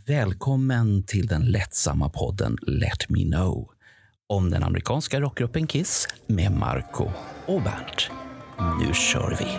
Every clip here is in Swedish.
Välkommen till den lättsamma podden Let Me Know om den amerikanska rockgruppen Kiss med Marco och Bernt. Nu kör vi!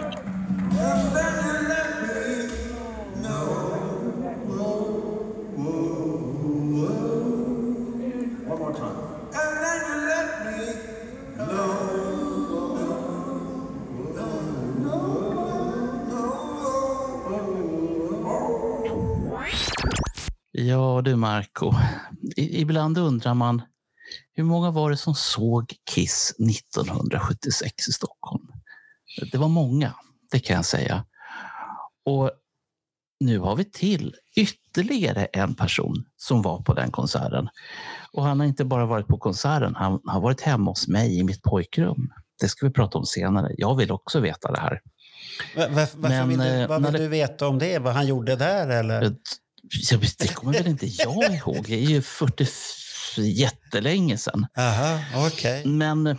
Ja du Marco, ibland undrar man hur många var det som såg Kiss 1976 i Stockholm? Det var många, det kan jag säga. Och nu har vi till ytterligare en person som var på den konserten. Och han har inte bara varit på konserten, han har varit hemma hos mig i mitt pojkrum. Det ska vi prata om senare. Jag vill också veta det här. Vad vill du veta om det? Vad han gjorde där eller? Det kommer väl inte jag ihåg. Det är ju 40 jättelänge sedan. Aha, okej. Okay. Men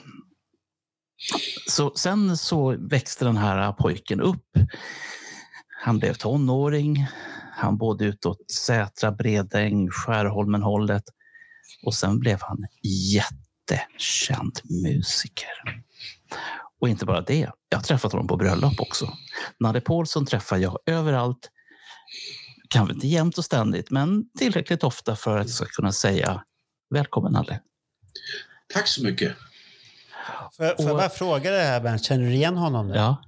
sen så växte den här pojken upp. Han blev tonåring. Han bodde utåt Sätra, Bredäng, Skärholmen-hållet. Och sen blev han jättekänd musiker. Och inte bara det. Jag har träffat honom på bröllop också. Nalle Paulsson träffar jag överallt. Kanske inte jämt och ständigt, men tillräckligt ofta för att jag ska kunna säga välkommen Nalle. Tack så mycket. Får jag bara fråga det här, Bernt? Känner du igen honom nu? Ja.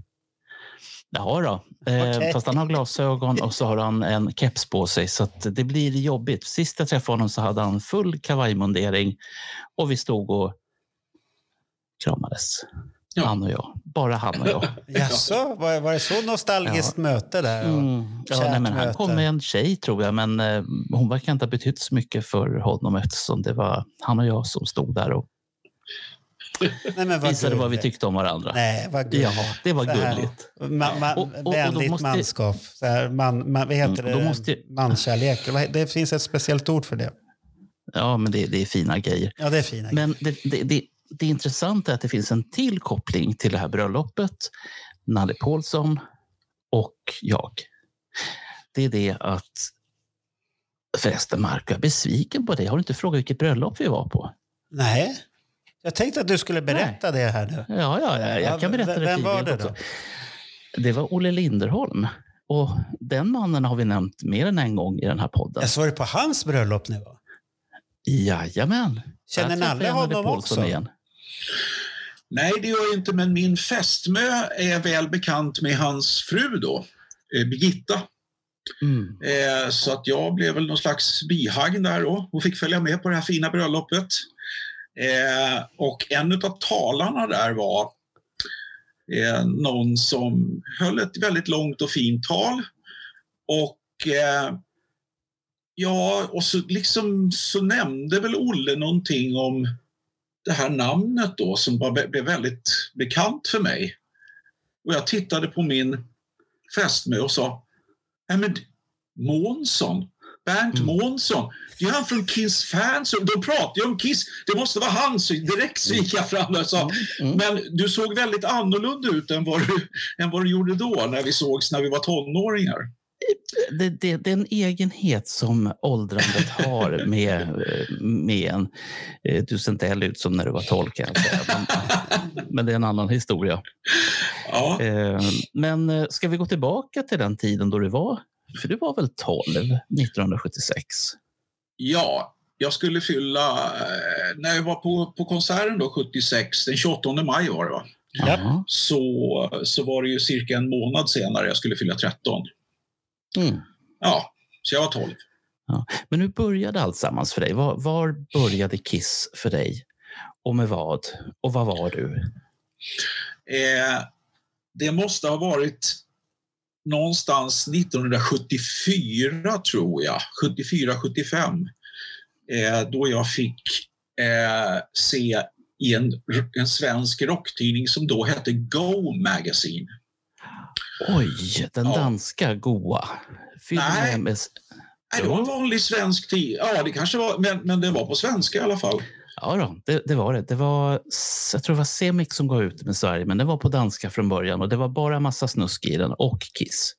Ja då. Okay. Fast han har glasögon och så har han en keps på sig så att det blir jobbigt. Sist jag träffade honom så hade han full kavajmundering och vi stod och kramades. Ja. Han och jag. Bara han och jag. Jaså, var det så nostalgiskt möte där? Han kom med en tjej tror jag, men hon verkar inte ha betytt så mycket för honom eftersom det var han och jag som stod där och visade vad vi tyckte om varandra. Nej, vad gulligt. Ja, det var gulligt. Vänligt manskap. Så här, vad heter det? Mankärlek. Det finns ett speciellt ord för det. Ja, men det är fina grejer. Ja, det är fina men det intressanta är att det finns en till koppling till det här bröllopet. Nalle Paulsson och jag. Det är det att förresten Marco, jag är besviken på dig. Har du inte frågat vilket bröllop vi var på? Nej. Jag tänkte att du skulle berätta det här nu. Ja, jag kan berätta det. Vem var det då? Också. Det var Olle Linderholm. Och den mannen har vi nämnt mer än en gång i den här podden. Jag såg det på hans bröllop nu va? Jajamän. Känner Nalle honom också? Igen. Nej, det gör jag inte, men min fästmö är väl bekant med hans fru då, Birgitta. Så att jag blev väl någon slags bihang där då och fick följa med på det här fina bröllopet. Och en av talarna där var någon som höll ett väldigt långt och fint tal. Och och så nämnde väl Olle någonting om det här namnet då som blev väldigt bekant för mig. Och jag tittade på min fästmö och sa men Månsson, Bernt Månsson, det är han från Kiss Fans. De pratar ju om Kiss, det måste vara han. Så direkt så gick jag fram och sa men du såg väldigt annorlunda ut än vad du gjorde då när vi sågs när vi var tonåringar. Det är en egenhet som åldrandet har med en. Du ser inte heller ut som när du var 12 kan jag säga. Men det är en annan historia. Ja. Men ska vi gå tillbaka till den tiden då du var? För du var väl 12 1976? Ja, jag skulle fylla när jag var på konserten då 76, den 28 maj var det va? Ja. Så var det ju cirka en månad senare jag skulle fylla 13. Ja, så jag var 12. Ja. Men hur började allt sammans för dig? Var började Kiss för dig? Och med vad? Och vad var du? Det måste ha varit någonstans 1974 tror jag. 74-75. Då jag fick se i en svensk rocktidning som då hette Go Magazine. Oj, den danska goa. Nej, det var en vanlig svensk tid. Ja, det kanske var, men det var på svenska i alla fall. Ja då, det var det. Det var, jag tror det var Semik som gav ut med Sverige, men det var på danska från början och det var bara massa snusk i den och Kiss.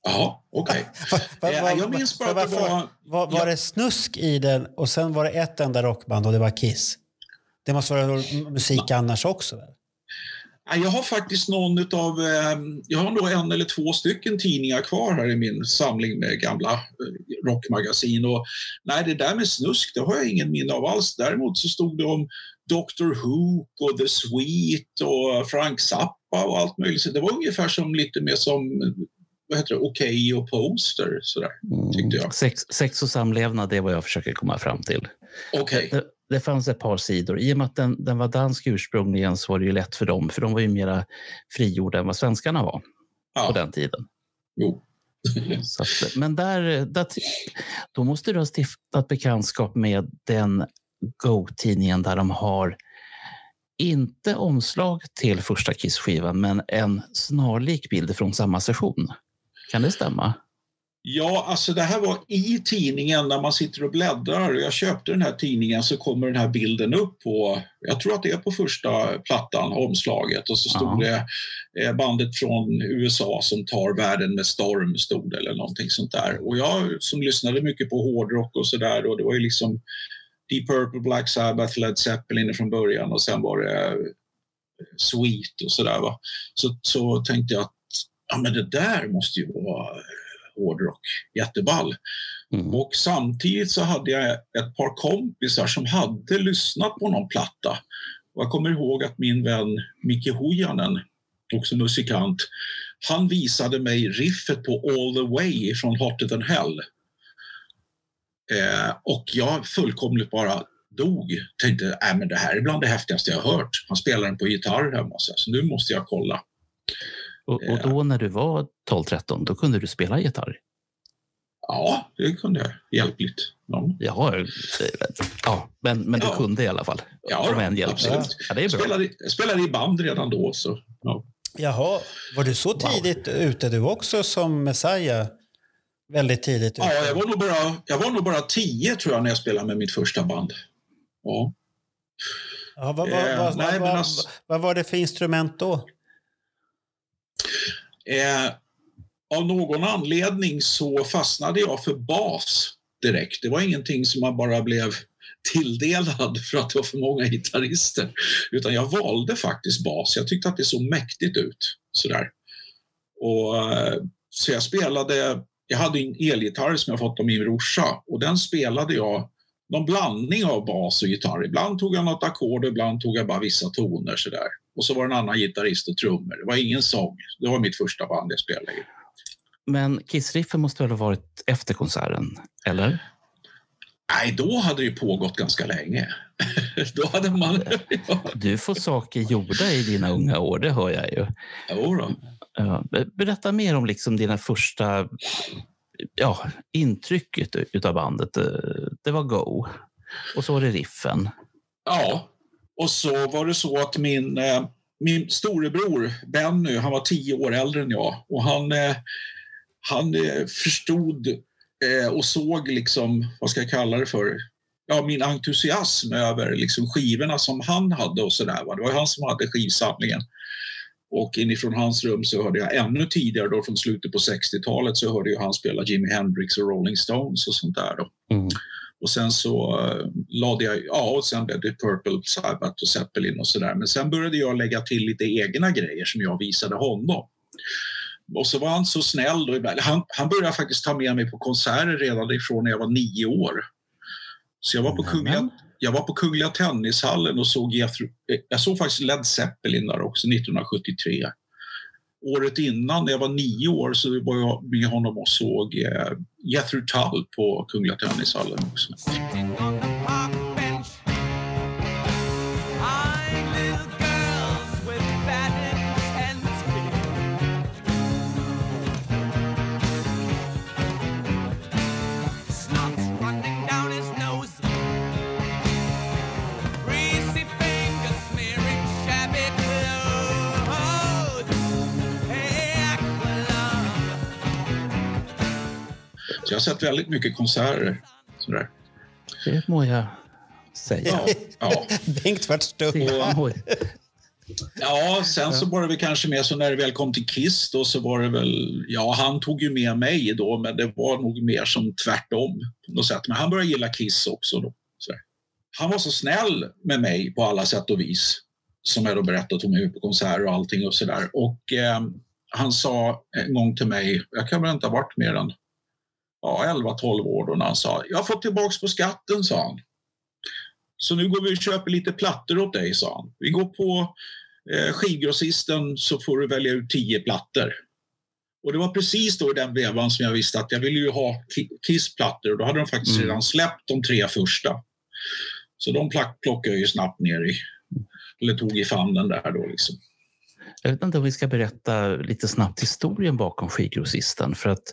Ja, okej. Jag minns bara att det var det snusk i den och sen var det ett enda rockband och det var Kiss? Det måste vara musik annars också, väl? Jag har faktiskt jag har nog 1 eller 2 stycken tidningar kvar här i min samling med gamla rockmagasin. Och nej, det där med snusk, det har jag ingen minne av alls. Däremot så stod det om Dr. Hook och The Sweet och Frank Zappa och allt möjligt. Så det var ungefär som lite mer som Okej och Poster, sådär, tyckte jag. Sex och samlevnad, det är vad jag försöker komma fram till. Okej. Det fanns ett par sidor. I och med att den var dansk ursprungligen så var det ju lätt för dem. För de var ju mera frigjorda än vad svenskarna var på den tiden. Jo. Så att, men då måste du ha stiftat bekantskap med den Go-tidningen där de har inte omslag till första Kiss-skivan men en snarlik bild från samma session. Kan det stämma? Ja, alltså det här var i tidningen när man sitter och bläddrar. Jag köpte den här tidningen så kommer den här bilden upp på, jag tror att det är på första plattan, omslaget. Och så stod det bandet från USA som tar världen med storm, stod eller någonting sånt där. Och jag som lyssnade mycket på hårdrock och sådär, och det var ju liksom Deep Purple, Black Sabbath, Led Zeppelin från början och sen var det Sweet och sådär, va. Så tänkte jag att men det där måste ju vara hårdrock, jätteball. Och samtidigt så hade jag ett par kompisar som hade lyssnat på någon platta. Och jag kommer ihåg att min vän Micke Hojanen, också musikant, han visade mig riffet på All the Way från Hotter than Hell. Och jag fullkomligt bara dog. Tänkte, men det här är bland det häftigaste jag har hört. Han spelar den på gitarr hemma, så nu måste jag kolla. Och då när du var 12-13, då kunde du spela gitarr? Ja, det kunde jag. Hjälpligt. Ja, men du kunde i alla fall. Ja, absolut. Ja, det är bra. Jag spelade i band redan då. Så, ja. Jaha, var du så tidigt ute du också som Messiah? Väldigt tidigt ute? Ja, jag var nog bara 10 tror jag när jag spelade med mitt första band. Ja. Vad var det för instrument då? Av någon anledning så fastnade jag för bas direkt. Det var ingenting som man bara blev tilldelad för att det var för många gitarrister. Utan jag valde faktiskt bas. Jag tyckte att det såg mäktigt ut. Sådär. Så jag hade en elgitarr som jag fått av min brorsa. Och den spelade jag någon blandning av bas och gitarr. Ibland tog jag något ackord, ibland tog jag bara vissa toner sådär. Och så var det en annan gitarrist och trummor. Det var ingen sång. Det var mitt första band jag spelade i. Men Kiss-riffen måste väl ha varit efter konserten, eller? Nej, då hade det pågått ganska länge. Då hade man... Du får saker gjorda i dina unga år, det hör jag ju. Jo då. Berätta mer om liksom dina första intrycket utav bandet. Det var Go. Och så var det riffen. Ja, och så var det så att min storebror Benny, han var 10 år äldre än jag. Och han förstod och såg liksom, vad ska jag kalla det för, min entusiasm över liksom skivorna som han hade och sådär. Det var han som hade skivsamlingen. Och inifrån hans rum så hörde jag ännu tidigare då från slutet på 60-talet så hörde jag han spela Jimi Hendrix och Rolling Stones och sånt där då. Och sen så lade jag, och sen blev det Purple, Sabbath och Zeppelin och sådär. Men sen började jag lägga till lite egna grejer som jag visade honom. Och så var han så snäll då. Han började faktiskt ta med mig på konserter redan ifrån när jag var 9 år. Så jag var på Kungliga Tennishallen och jag såg faktiskt Led Zeppelin där också 1973. Året innan, när jag var 9 år, så var jag med honom och såg Jethro Tull på Kungliga Tennishallen också. Så jag har sett väldigt mycket konserter. Sådär. Det må jag säga. Bengt vart stum. Ja, sen så var det väl kanske mer så när det väl kom till Kiss då, så var det väl, ja, han tog ju med mig då, men det var nog mer som tvärtom på något sätt. Men han började gilla Kiss också då. Så han var så snäll med mig på alla sätt och vis, som jag då berättade, tog mig ut på konserter och allting och sådär. Och han sa en gång till mig, jag kan väl inte ha varit mer än 11-12 år då, när han sa, jag har fått tillbaks på skatten, sa han. Så nu går vi och köper lite plattor åt dig, sa han. Vi går på skivgrossisten så får du välja ut 10 plattor. Och det var precis då i den vevan som jag visste att jag ville ju ha Kiss-plattor. Och då hade de faktiskt redan släppt de 3 första. Så de plockade jag ju snabbt ner i, eller tog i famnen där då liksom. Jag vet inte om vi ska berätta lite snabbt historien bakom skivgrossisten. För att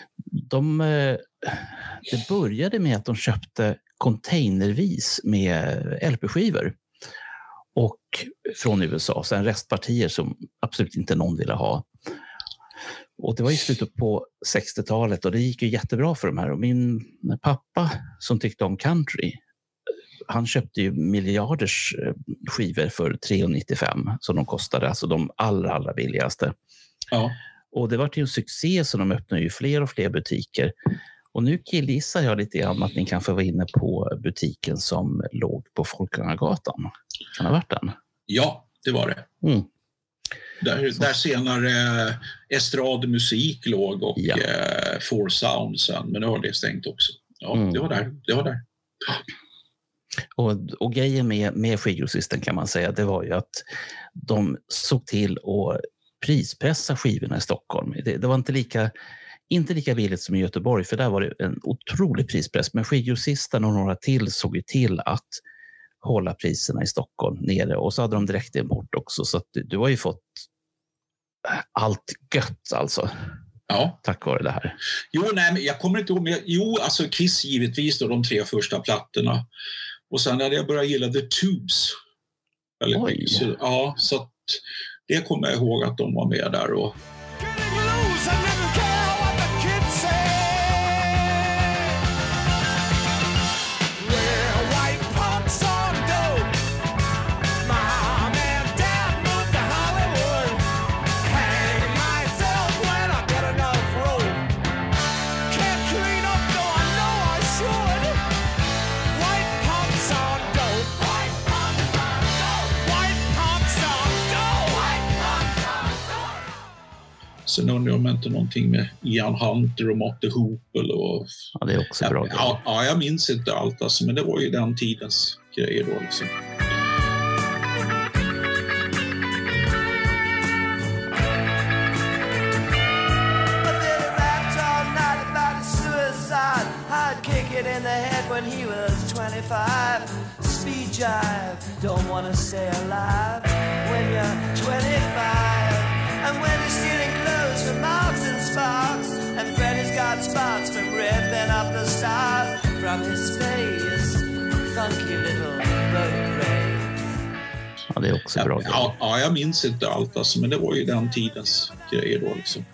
det började med att de köpte containervis med LP-skivor och från USA, sen restpartier som absolut inte någon ville ha. Och det var i slutet på 60-talet och det gick ju jättebra för de här. Och min pappa som tyckte om country, han köpte ju miljarders skivor för 3,95 som de kostade, alltså de allra billigaste. Ja. Och det var till en succé så de öppnade ju fler och fler butiker. Och nu killgissar jag lite grann att ni kan få vara inne på butiken som låg på Folkungagatan. Kan det ha varit den? Ja, det var det. Där senare estradmusik låg och Four Sound sen, men nu har det stängt också. Ja, det var där. Och grejen med skivgrossisten kan man säga, det var ju att de såg till att prispressa skivorna i Stockholm. Det var inte lika billigt som i Göteborg, för där var det en otrolig prispress. Men skivgrossisten och några till såg ju till att hålla priserna i Stockholm nere. Och så hade de direkt import också. Så att du har ju fått allt gött alltså. Ja. Tack vare det här. Men jag kommer inte ihåg. Alltså Kiss givetvis då, de 3 första plattorna. Och sen hade jag börjat gilla The Tubes. Oj. Så att det kommer jag ihåg att de var med där och sen undrar jag om inte någonting med Ian Hunter och Motte Hoople och... Ja, det är också bra. Ja, jag minns inte allt alltså, men det var ju den tidens grejer då liksom. In the head when he was 25. Speed jive, don't wanna stay alive when you're 25. And when he's stealing clothes from Marks and Sparks, and Freddy's got spots from ripping up the stars from his face, funky little boat race. Ja, det är också bra. Ja, jag minns inte allt alltså, men det var ju den tidens grejer då liksom.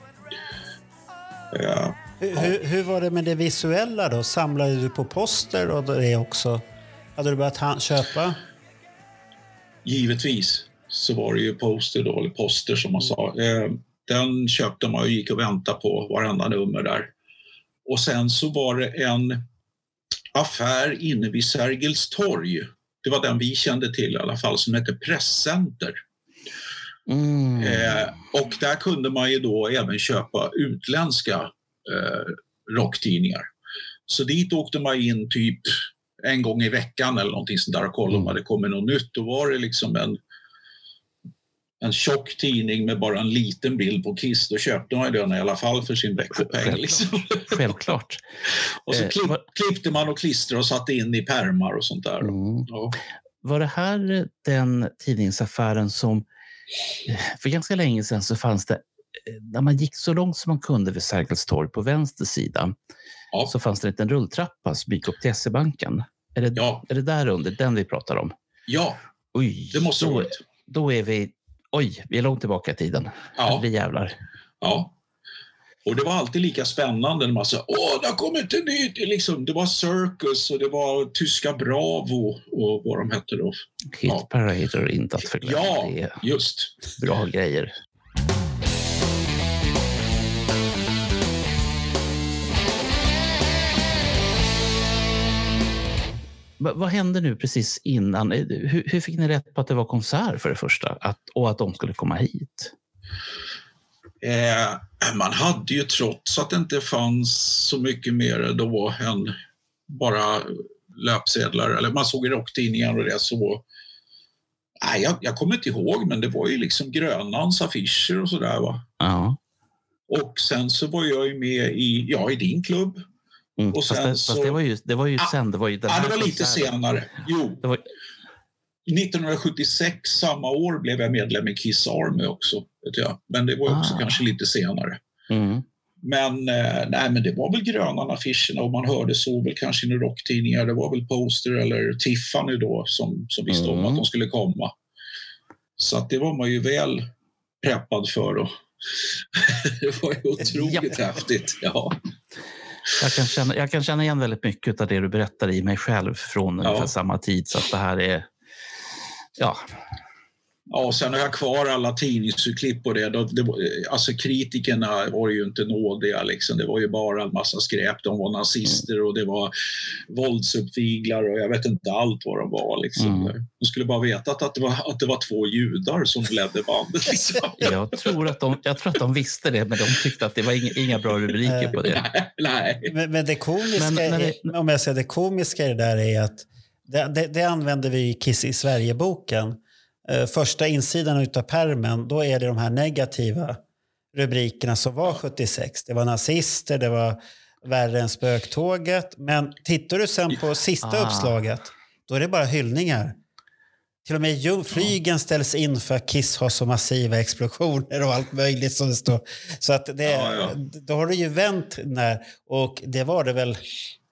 Hur var det med det visuella då? Samlade du på poster och det också? Hade du börjat köpa? Givetvis så var det ju poster då, eller poster som man sa. Den köpte man och gick och väntade på varenda nummer där. Och sen så var det en affär inne vid Sergels torg. Det var den vi kände till i alla fall, som hette Presscenter. Och där kunde man ju då även köpa utländska rocktidningar. Så dit åkte man in typ en gång i veckan eller någonting sånt där och kollade om det kommer något nytt. Då var det liksom en tjock tidning med bara en liten bild på Kiss. Då köpte man den i alla fall för sin veckopeng. Liksom. Självklart. Och så klippte man och klistrade och satte in i pärmar och sånt där. Ja. Var det här den tidningsaffären som för ganska länge sedan så fanns det, när man gick så långt som man kunde vid Sergels torg på vänster sida, så fanns det en liten rulltrappa som gick upp till SE-banken. Är det där under den vi pratar om? Ja, oj, det måste vara. Då är vi är långt tillbaka i tiden. Ja. Det jävlar. Ja. Och det var alltid lika spännande när man sa det har kommit en nytt. Liksom, det var Circus och det var tyska Bravo och vad de hette då. Hit Parader, inte att förglömma. Ja, just. Bra grejer. Vad hände nu precis innan? Hur fick ni rätt på att det var konsert för det första? Och att de skulle komma hit? Man hade ju, trots att det inte fanns så mycket mer då än bara löpsedlar. Eller man såg i rocktidningar och det så. Nej, jag kommer inte ihåg, men det var ju liksom Grönlands affischer och sådär, va? Ja. Och sen så var jag ju med i din klubb. Och sen fast det var ju sen. Det var ju det var lite senare. Jo. 1976, samma år, blev jag medlem i Kiss Army också. Vet jag. Men det var också kanske lite senare. Mm. Men det var väl gröna affischerna och man hörde så väl kanske i rocktidningar. Det var väl Poster eller Tiffany då som visste om att de skulle komma. Så att det var man ju väl preppad för då. Det var ju otroligt häftigt. Ja. Jag kan känna igen väldigt mycket av det du berättar i mig själv från ungefär samma tid. Så att det här är... Ja, och sen har jag kvar alla tidningsklipp och det. Alltså kritikerna var ju inte nådiga liksom. Det var ju bara en massa skräp. De var nazister och det var våldsuppviglar och jag vet inte allt vad de var liksom. De skulle bara veta att det var 2 judar som ledde bandet liksom. Jag tror att de visste det, men de tyckte att det var inga bra rubriker på det. Nej. Men det komiska, om jag säger det komiska i det där är att det använder vi i Kiss i Sverige-boken. Första insidan utav pärmen, då är det de här negativa rubrikerna som var 76. Det var nazister, det var värre än spöktåget. Men tittar du sen på sista uppslaget, då är det bara hyllningar. Till och med flygen ställs in för Kiss har så massiva explosioner och allt möjligt som det står. Så att då har det ju vänt och det var det väl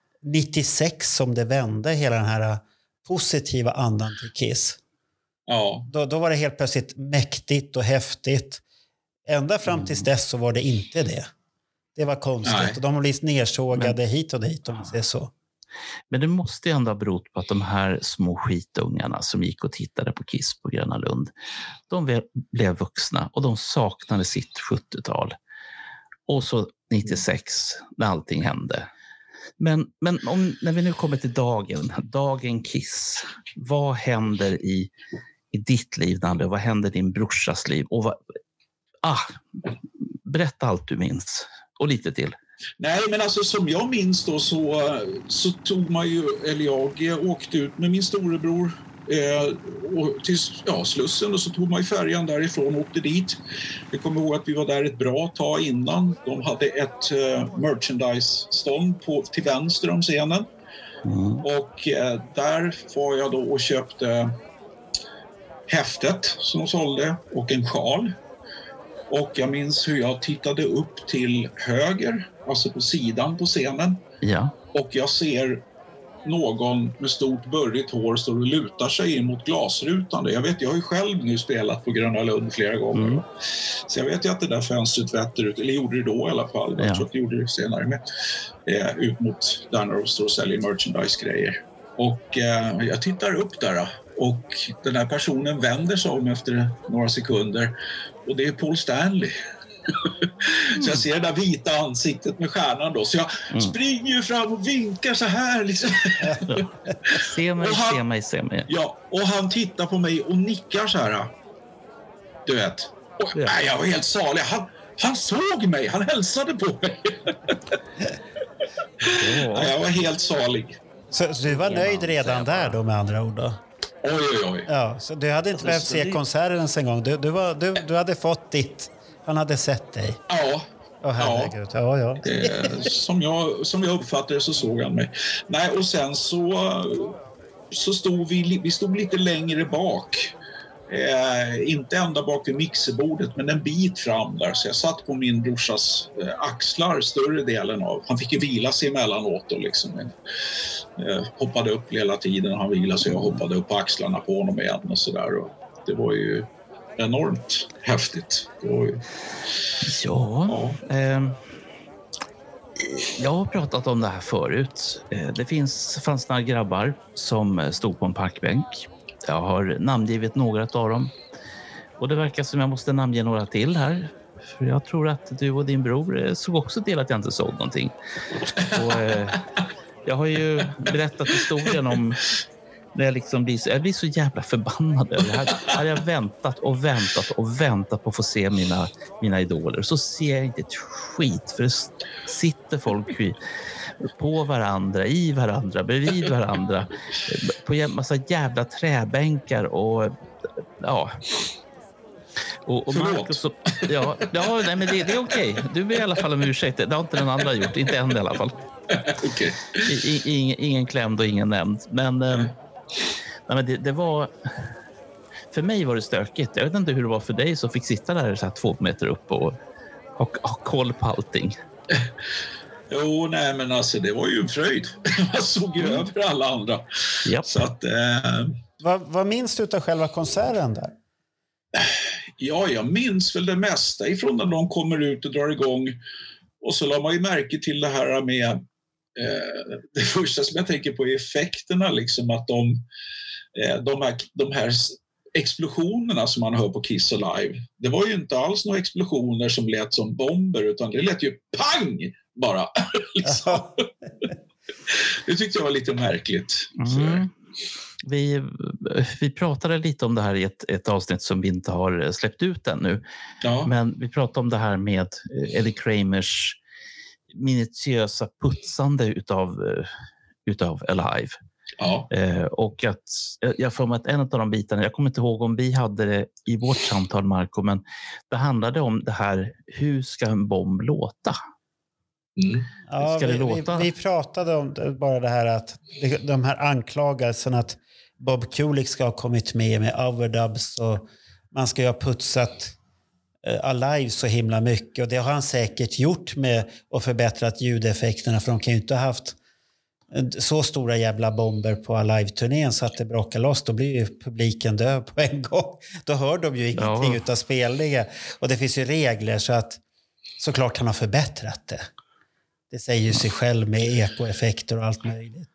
96 som det vände hela den här positiva andan till Kiss. Ja. Då var det helt plötsligt mäktigt och häftigt. Ända fram tills dess så var det inte det. Det var konstigt. Och de har blivit nersågade hit och dit om man säger så. Men det måste ju ändå ha berott på att de här små skitungarna som gick och tittade på Kiss på Gröna Lund, de blev vuxna och de saknade sitt 70-tal. Och så 96 när allting hände. Men när vi nu kommer till dagen Kiss, vad händer i ditt liv, Nalle? Vad händer i din brorsas liv? Och berätta allt du minns och lite till. Nej, men alltså som jag minns då så tog man ju, eller jag åkte ut med min storebror till Slussen och så tog man ju färjan därifrån och åkte dit. Jag kommer ihåg att vi var där ett bra tag innan. De hade ett merchandise-stånd till vänster om scenen. Och där var jag då och köpte häftet som de sålde och en sjal. Och jag minns hur jag tittade upp till höger, alltså på sidan på scenen. Ja. Och jag ser någon med stort bördigt hår står och lutar sig in mot glasrutan. Jag har ju själv nu spelat på Gröna Lund flera gånger. Så jag vet ju att det där fönstret vetter ut, eller gjorde det då i alla fall. Jag tror att det gjorde det senare med. Ut mot där när de står och säljer merchandise-grejer. Och jag tittar upp där och den här personen vänder sig om efter några sekunder och det är Paul Stanley. Så jag ser det där vita ansiktet med stjärnan då. Så jag springer fram och vinkar så här liksom. Se mig. Ja, och han tittar på mig och nickar så här. Du vet. Och, jag var helt salig. Han såg mig, han hälsade på mig. Jag var helt salig. Så du var nöjd redan där då, med andra ord då? Oj. Ja, så du hade inte behövt se konserten ens en gång. Du hade fått ditt. Han hade sett dig. Ja. Herregud. Ja. Som jag uppfattade så såg han mig. Nej, och sen så stod vi stod lite längre bak. Inte ända bak vid mixerbordet, men en bit fram där. Så jag satt på min brorsas axlar större delen av. Han fick ju vila sig emellanåt och liksom hoppade upp hela tiden och han vilade så jag hoppade upp på axlarna på honom igen och sådär. Det var ju enormt häftigt. Det var ju... Jag har pratat om det här förut. Det fanns några grabbar som stod på en parkbänk. Jag har namngivit några av dem. Och det verkar som jag måste namnge några till här. För jag tror att du och din bror såg också till att jag inte såg någonting. Och, jag har ju berättat historien om när jag blir så jävla förbannad. Här hade jag väntat på att få se mina idoler. Så ser jag inte ett skit. För det sitter folk på varandra, i varandra, bredvid varandra. På en massa jävla träbänkar och ja... Och Marcus, nej, men det är okej. Du ber i alla fall om ursäkt. Det har inte den andra gjort. Inte än i alla fall. Okay. Ingen klämd och ingen nämnd. Men, det var... För mig var det stökigt. Jag vet inte hur det var för dig som fick sitta där så här 2 meter upp och ha koll på allting. Jo, nej men alltså det var ju en fröjd. Man såg ju över alla andra. Yep. Så att... Vad minns du av själva konserten där? Ja, jag minns väl det mesta ifrån när de kommer ut och drar igång. Och så la man ju märke till det här med det första som jag tänker på är effekterna, liksom att de här explosionerna som man hör på Kiss Alive, det var ju inte alls några explosioner som lät som bomber, utan det lät ju pang bara. Liksom. Det tyckte jag var lite märkligt. Mm. Vi pratade lite om det här i ett avsnitt som vi inte har släppt ut ännu. Ja. Men vi pratade om det här med Eddie Kramers minutiösa putsande utav Alive. Ja. Och att jag får med att en av de bitarna, jag kommer inte ihåg om vi hade det i vårt samtal, Marco, men det handlade om det här, hur ska en bomb låta? Mm. Ja, vi pratade om bara det här att de här anklagelserna att Bob Kulick ska ha kommit med overdubs och man ska ju ha putsat Alive så himla mycket, och det har han säkert gjort med och förbättrat ljudeffekterna, för de kan ju inte ha haft så stora jävla bomber på Alive-turnén så att det brakar loss. Då blir ju publiken död på en gång. Då hör de ju ingenting utav spelningar. Och det finns ju regler så att såklart han har förbättrat det. Det säger ju sig själv med ekoeffekter och allt möjligt.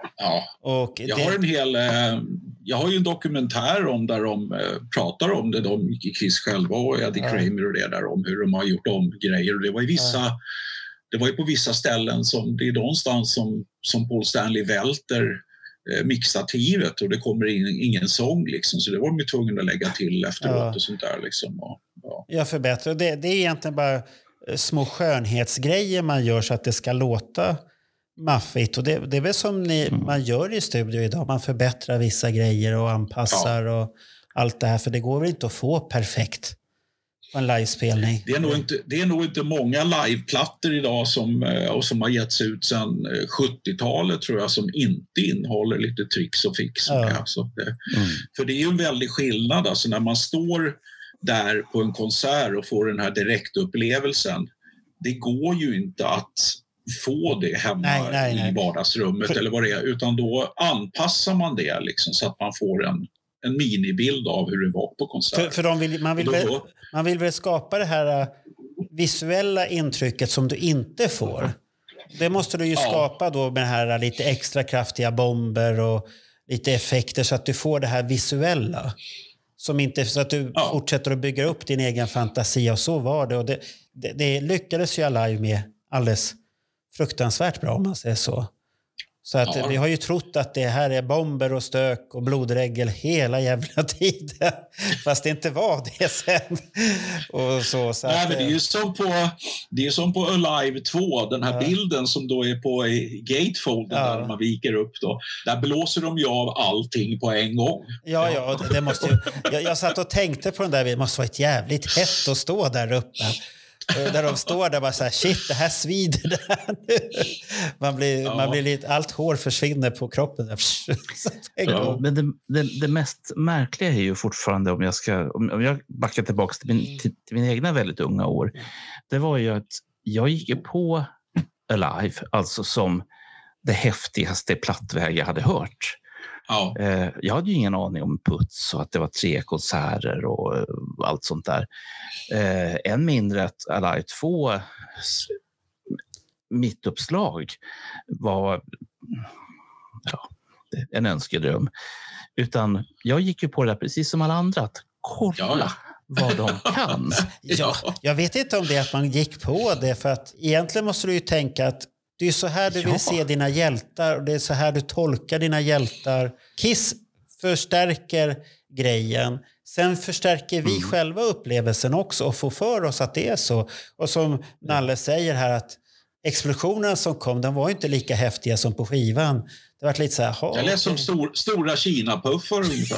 Jag har ju en dokumentär om där de pratar om det, de Kiss själva och Eddie Kramer och det där, om hur de har gjort om grejer. Och det var ju det var ju på vissa ställen som det är någonstans som Paul Stanley välter mixtativet och det kommer ingen sång liksom, så det var de ju tvungna att lägga till efteråt och sånt där liksom. Jag förbättrar. Det är egentligen bara små skönhetsgrejer man gör så att det ska låta maffigt, och det är väl som man gör i studio idag. Man förbättrar vissa grejer och anpassar och allt det här, för det går väl inte att få perfekt på en livespelning. Det är nog inte många liveplattor idag som har getts ut sedan 70-talet tror jag, som inte innehåller lite tricks och fix. För det är ju en väldig skillnad alltså när man står där på en konsert och får den här direktupplevelsen. Det går ju inte att få det hemma i vardagsrummet eller vad det är, utan då anpassar man det liksom, så att man får en minibild av hur det var på konsert. För man vill väl skapa det här visuella intrycket som du inte får. Det måste du ju skapa då med det här lite extra kraftiga bomber och lite effekter så att du får det här visuella. Som inte, så att du fortsätter att bygga upp din egen fantasi, och så var det. Och det lyckades ju Alive med alldeles fruktansvärt bra, om man säger så. Så att vi har ju trott att det här är bomber och stök och blodregel hela jävla tiden. Fast det inte var det sen. Och så men det är ju som på Alive 2, den här bilden som då är på gatefolden där man viker upp då. Där blåser de ju av allting på en gång. Ja, det måste ju... Jag satt och tänkte på den där, det måste vara ett jävligt hett att stå där uppe. Där de står där bara så här, shit, det här svider där nu. Man blir lite, allt hår försvinner på kroppen där. Men det mest märkliga är ju fortfarande, om jag backar tillbaka till mina egna väldigt unga år, det var ju att jag gick på Alive, alltså som det häftigaste plattväg jag hade hört. Ja. Jag hade ju ingen aning om puts och att det var 3 konserter och allt sånt där. Än mindre att Alive 2 mitt uppslag var en önskedröm. Utan jag gick ju på det precis som alla andra, att kolla vad de kan. Jag vet inte om det är att man gick på det, för att egentligen måste du ju tänka att det är så här du vill se dina hjältar och det är så här du tolkar dina hjältar. Kiss förstärker grejen. Sen förstärker vi själva upplevelsen också och får för oss att det är så. Och som Nalle säger här, att explosionen som kom, den var inte lika häftiga som på skivan. Det var lite så här... Jag lät som stora Kina-puffar ungefär.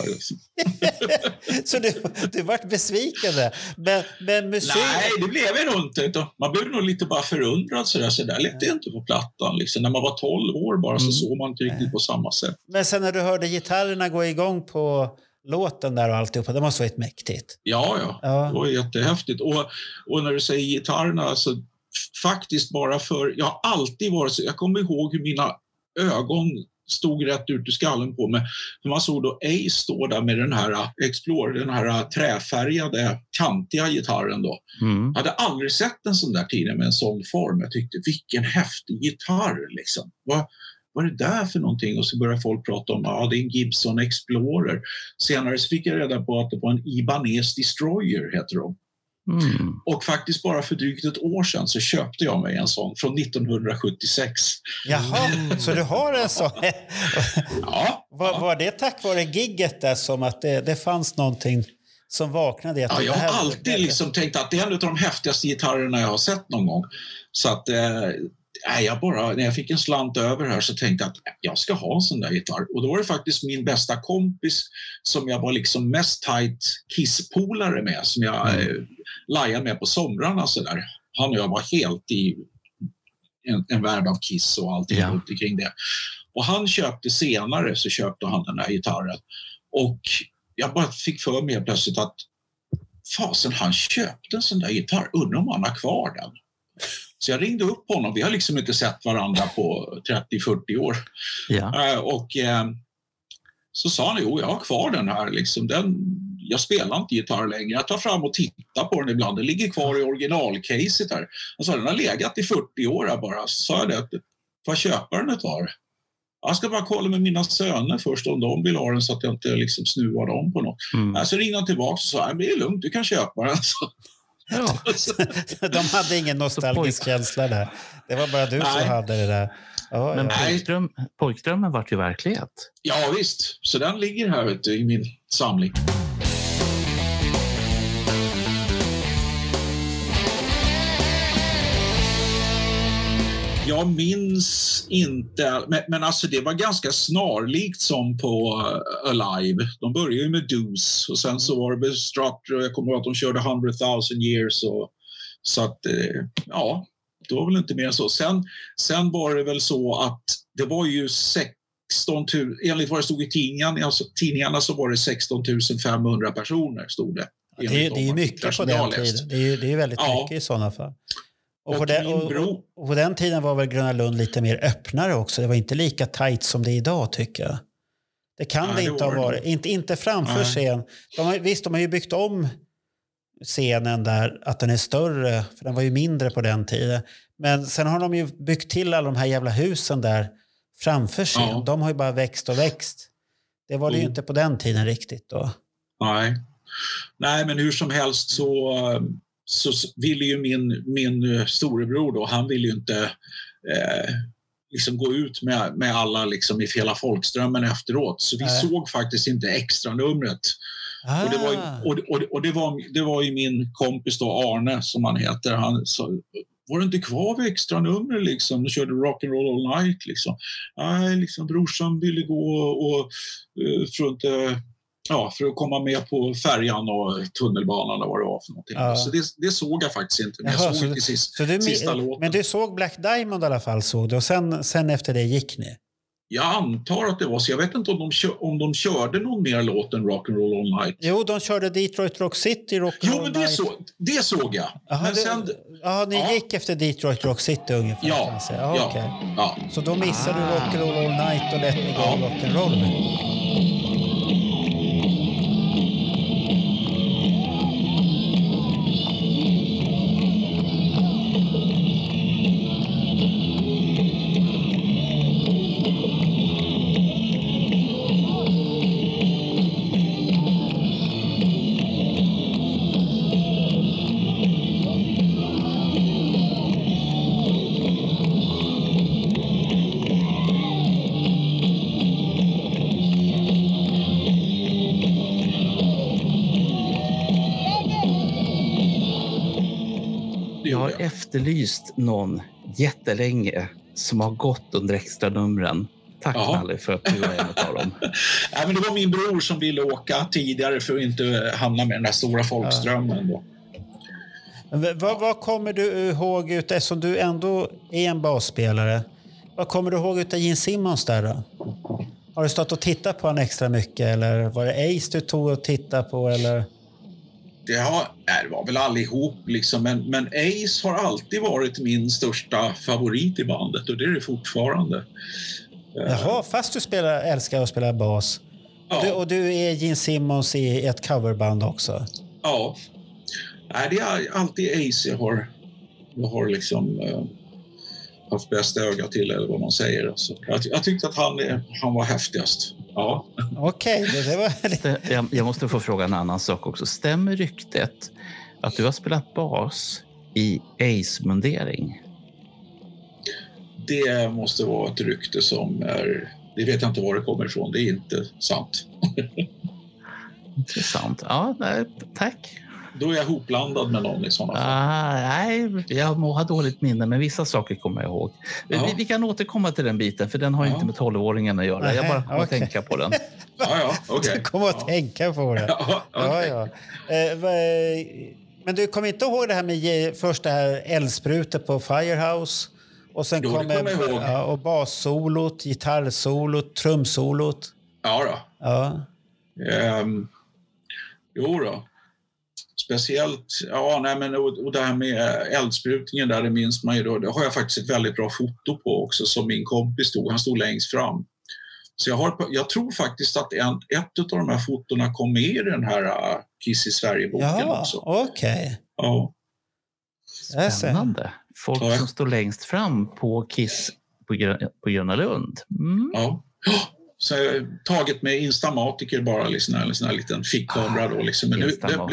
Så du vart besviken där. Men musik... Nej, det blev jag nog inte. Man blev nog lite bara förundrad så där lät det inte på plattan. Liksom. När man var 12 år bara så såg man inte riktigt på samma sätt. Men sen när du hörde gitarrerna gå igång på låten där och alltihopa, det måste varit mäktigt. Ja. Det var jättehäftigt. Och när du säger gitarrerna, alltså, faktiskt bara för... Jag har alltid varit så... Jag kommer ihåg hur mina ögon stod rätt ut ur skallen på mig. För man såg då Ace stå där med den här Explorer, den här träfärgade, kantiga gitarren då. Jag hade aldrig sett en sån där tidigare med en sån form. Jag tyckte, vilken häftig gitarr liksom. Vad är det där för någonting? Och så började folk prata om det är en Gibson Explorer. Senare så fick jag reda på att det var en Ibanez Destroyer, heter de. Och faktiskt bara för drygt ett år sedan så köpte jag mig en sån från 1976. Jaha, så du har en sån? Ja. Var det tack vare gigget där som att det fanns någonting som vaknade? Ja, jag har alltid liksom tänkt att det är en av de häftigaste gitarrerna jag har sett någon gång. Så att när jag fick en slant över här så tänkte jag att jag ska ha en sån där gitarr. Och då var det faktiskt min bästa kompis som jag var liksom mest tight kisspolare med, som jag lajade med på somrarna så där. Han och jag var helt i en värld av Kiss och allting runt omkring det. Och han köpte senare, så köpte han den här gitarren. Och jag bara fick för mig plötsligt att fasen, han köpte en sån där gitarr. Undrar om han har kvar den. Så jag ringde upp honom. Vi har liksom inte sett varandra på 30-40 år. Och så sa han, jag har kvar den här. Liksom. Jag spelar inte gitarr längre. Jag tar fram och tittar på den ibland. Den ligger kvar i originalcaset här. Alltså, den har legat i 40 år här bara. Så sa jag det, får jag köpa den ett tag? Jag ska bara kolla med mina söner först om de vill ha den så att jag inte liksom snuvar dem på något. Så ringde han tillbaka och sa, det är lugnt, du kan köpa den. Ja. De hade ingen nostalgisk känsla där. Det var bara du som hade det där. Men pojkdrömmen var ju verklighet. Ja visst, så den ligger här i min samling. Jag minns inte, men alltså det var ganska snarlikt som på Alive. De började ju med Deuce och sen så var det Strutter och jag kommer ihåg att de körde 100,000 years. Så att, det var väl inte mer så. Sen var det väl så att det var ju 16 000, enligt vad det stod i tidningarna så var det 16 500 personer stod det. Det är mycket på den tiden. Det är väldigt mycket i sådana fall. Och på den tiden var väl Gröna Lund lite mer öppnare också. Det var inte lika tajt som det är idag, tycker jag. Det kan det inte ha varit. Inte framför scen. De har ju byggt om scenen där, att den är större. För den var ju mindre på den tiden. Men sen har de ju byggt till alla de här jävla husen där framför scen. Ja. De har ju bara växt och växt. Det var det ju inte på den tiden riktigt då. Nej, men hur som helst så ville ju min storebror då, han ville ju inte liksom gå ut med alla liksom i hela Folkströmmen efteråt. Så vi såg faktiskt inte extra numret. Och det var ju min kompis då, Arne som han heter. Han sa, var det inte kvar vid extra nummer liksom? De körde Rock'n'Roll All Night liksom. Nej, liksom brorsan ville gå och för att komma med på färjan och tunnelbanan och vad det var för någonting. Ja. Så det såg jag faktiskt inte. Men jag såg sista låten. Men du såg Black Diamond i alla fall, såg du? Och sen efter det gick ni? Jag antar att det var så. Jag vet inte om de körde någon mer låt än Rock'n'Roll All Night. Jo, de körde Detroit Rock City, Rock'n'Roll All Night. Jo, men det såg jag. Aha, ni gick efter Detroit Rock City ungefär. Ja. Så då missade du Rock'n'Roll All Night och Let Me Go Rock'n'Roll. efterlyst någon jättelänge som har gått under extra numren. Tack Nalle för att du var en av dem. Ja, men det var min bror som ville åka tidigare för att inte hamna med den där stora folkströmmen. Då. Vad kommer du ihåg eftersom du ändå är en basspelare? Vad kommer du ihåg utav Gene Simmons där då? Har du stått och tittat på han extra mycket eller var det Ace du tog och tittade på eller? Det var väl allihop liksom, men Ace har alltid varit min största favorit i bandet och det är det fortfarande. Jaha, fast du älskar att spela bas. Ja. Och du är Gene Simmons i ett coverband också. Ja. Nej, det är alltid Ace jag har liksom haft bästa öga till eller vad man säger. Alltså, jag tyckte att han var häftigast. Ja. Okej, det var... Jag måste få fråga en annan sak också. Stämmer ryktet att du har spelat bas i Ace-mundering? Det måste vara ett rykte som är... Det vet jag inte var det kommer ifrån. Det är inte sant. Intressant. Ja, nej, tack. Då är jag hopblandad med någon i sådana fall. Nej, jag må ha dåligt minne, men vissa saker kommer jag ihåg. Vi kan återkomma till den biten, för den har inte med 12-åringen att göra. Jag bara kommer att tänka på den. Okay. Du kommer att tänka på det. Ja. Men du kommer inte ihåg det här med först det här eldsprutet på Firehouse? Och sen kommer och bassolot, gitarrsolot, trumsolot. Ja då. Ja. Jo då. Speciellt, och det här med eldsprutningen där, det minns man ju då. Det har jag faktiskt ett väldigt bra foto på också som min kompis stod. Han stod längst fram. Så jag tror faktiskt att ett av de här fotona kom med i den här Kiss i Sverige-boken också. Okej. Ja. Spännande. Folk som står längst fram på Kiss på Gröna Lund. Mm. Ja. Så jag har tagit med Instamatiker bara liksom, en sån här liten fickkamera då liksom. Men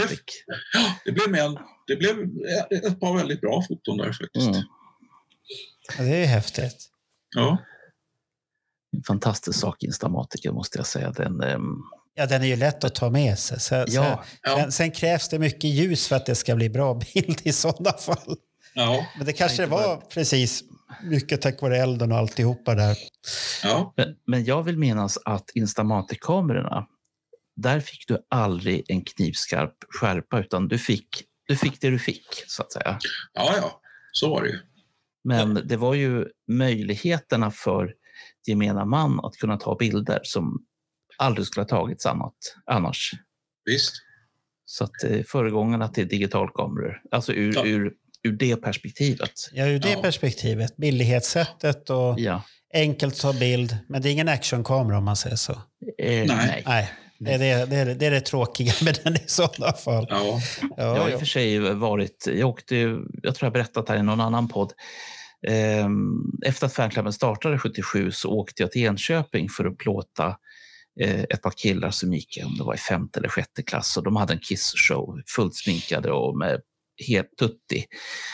det blev ett par väldigt bra foton där faktiskt. Mm. Ja, det är häftigt. Ja. En fantastisk sak, Instamatiker, måste jag säga. Den är ju lätt att ta med sig. Sen krävs det mycket ljus för att det ska bli bra bild i sådana fall. Ja. Men det kanske var precis mycket tack vare elden och alltihopa där. Ja. Men jag vill minnas att Instamatic-kamerorna, där fick du aldrig en knivskarp skärpa, utan du fick det du fick, så att säga. Ja, så var det ju. Men det var ju möjligheterna för gemena man att kunna ta bilder som aldrig skulle ha tagits annars. Visst. Så att föregångarna till digitalkameror, alltså ur det perspektivet. Ja, ur det perspektivet. Billighetssättet och enkelt att ta bild. Men det är ingen actionkamera om man säger så. Nej. Det är det tråkiga med den i sådana fall. Ja. Jag har i och för sig varit... Jag tror jag berättat här i någon annan podd. Efter att Fanklubben startade 77 så åkte jag till Enköping för att plåta ett par killar som gick, om det var i 5:e eller 6:e klass. Och de hade en Kiss-show, fullt sminkade och med helt tutti.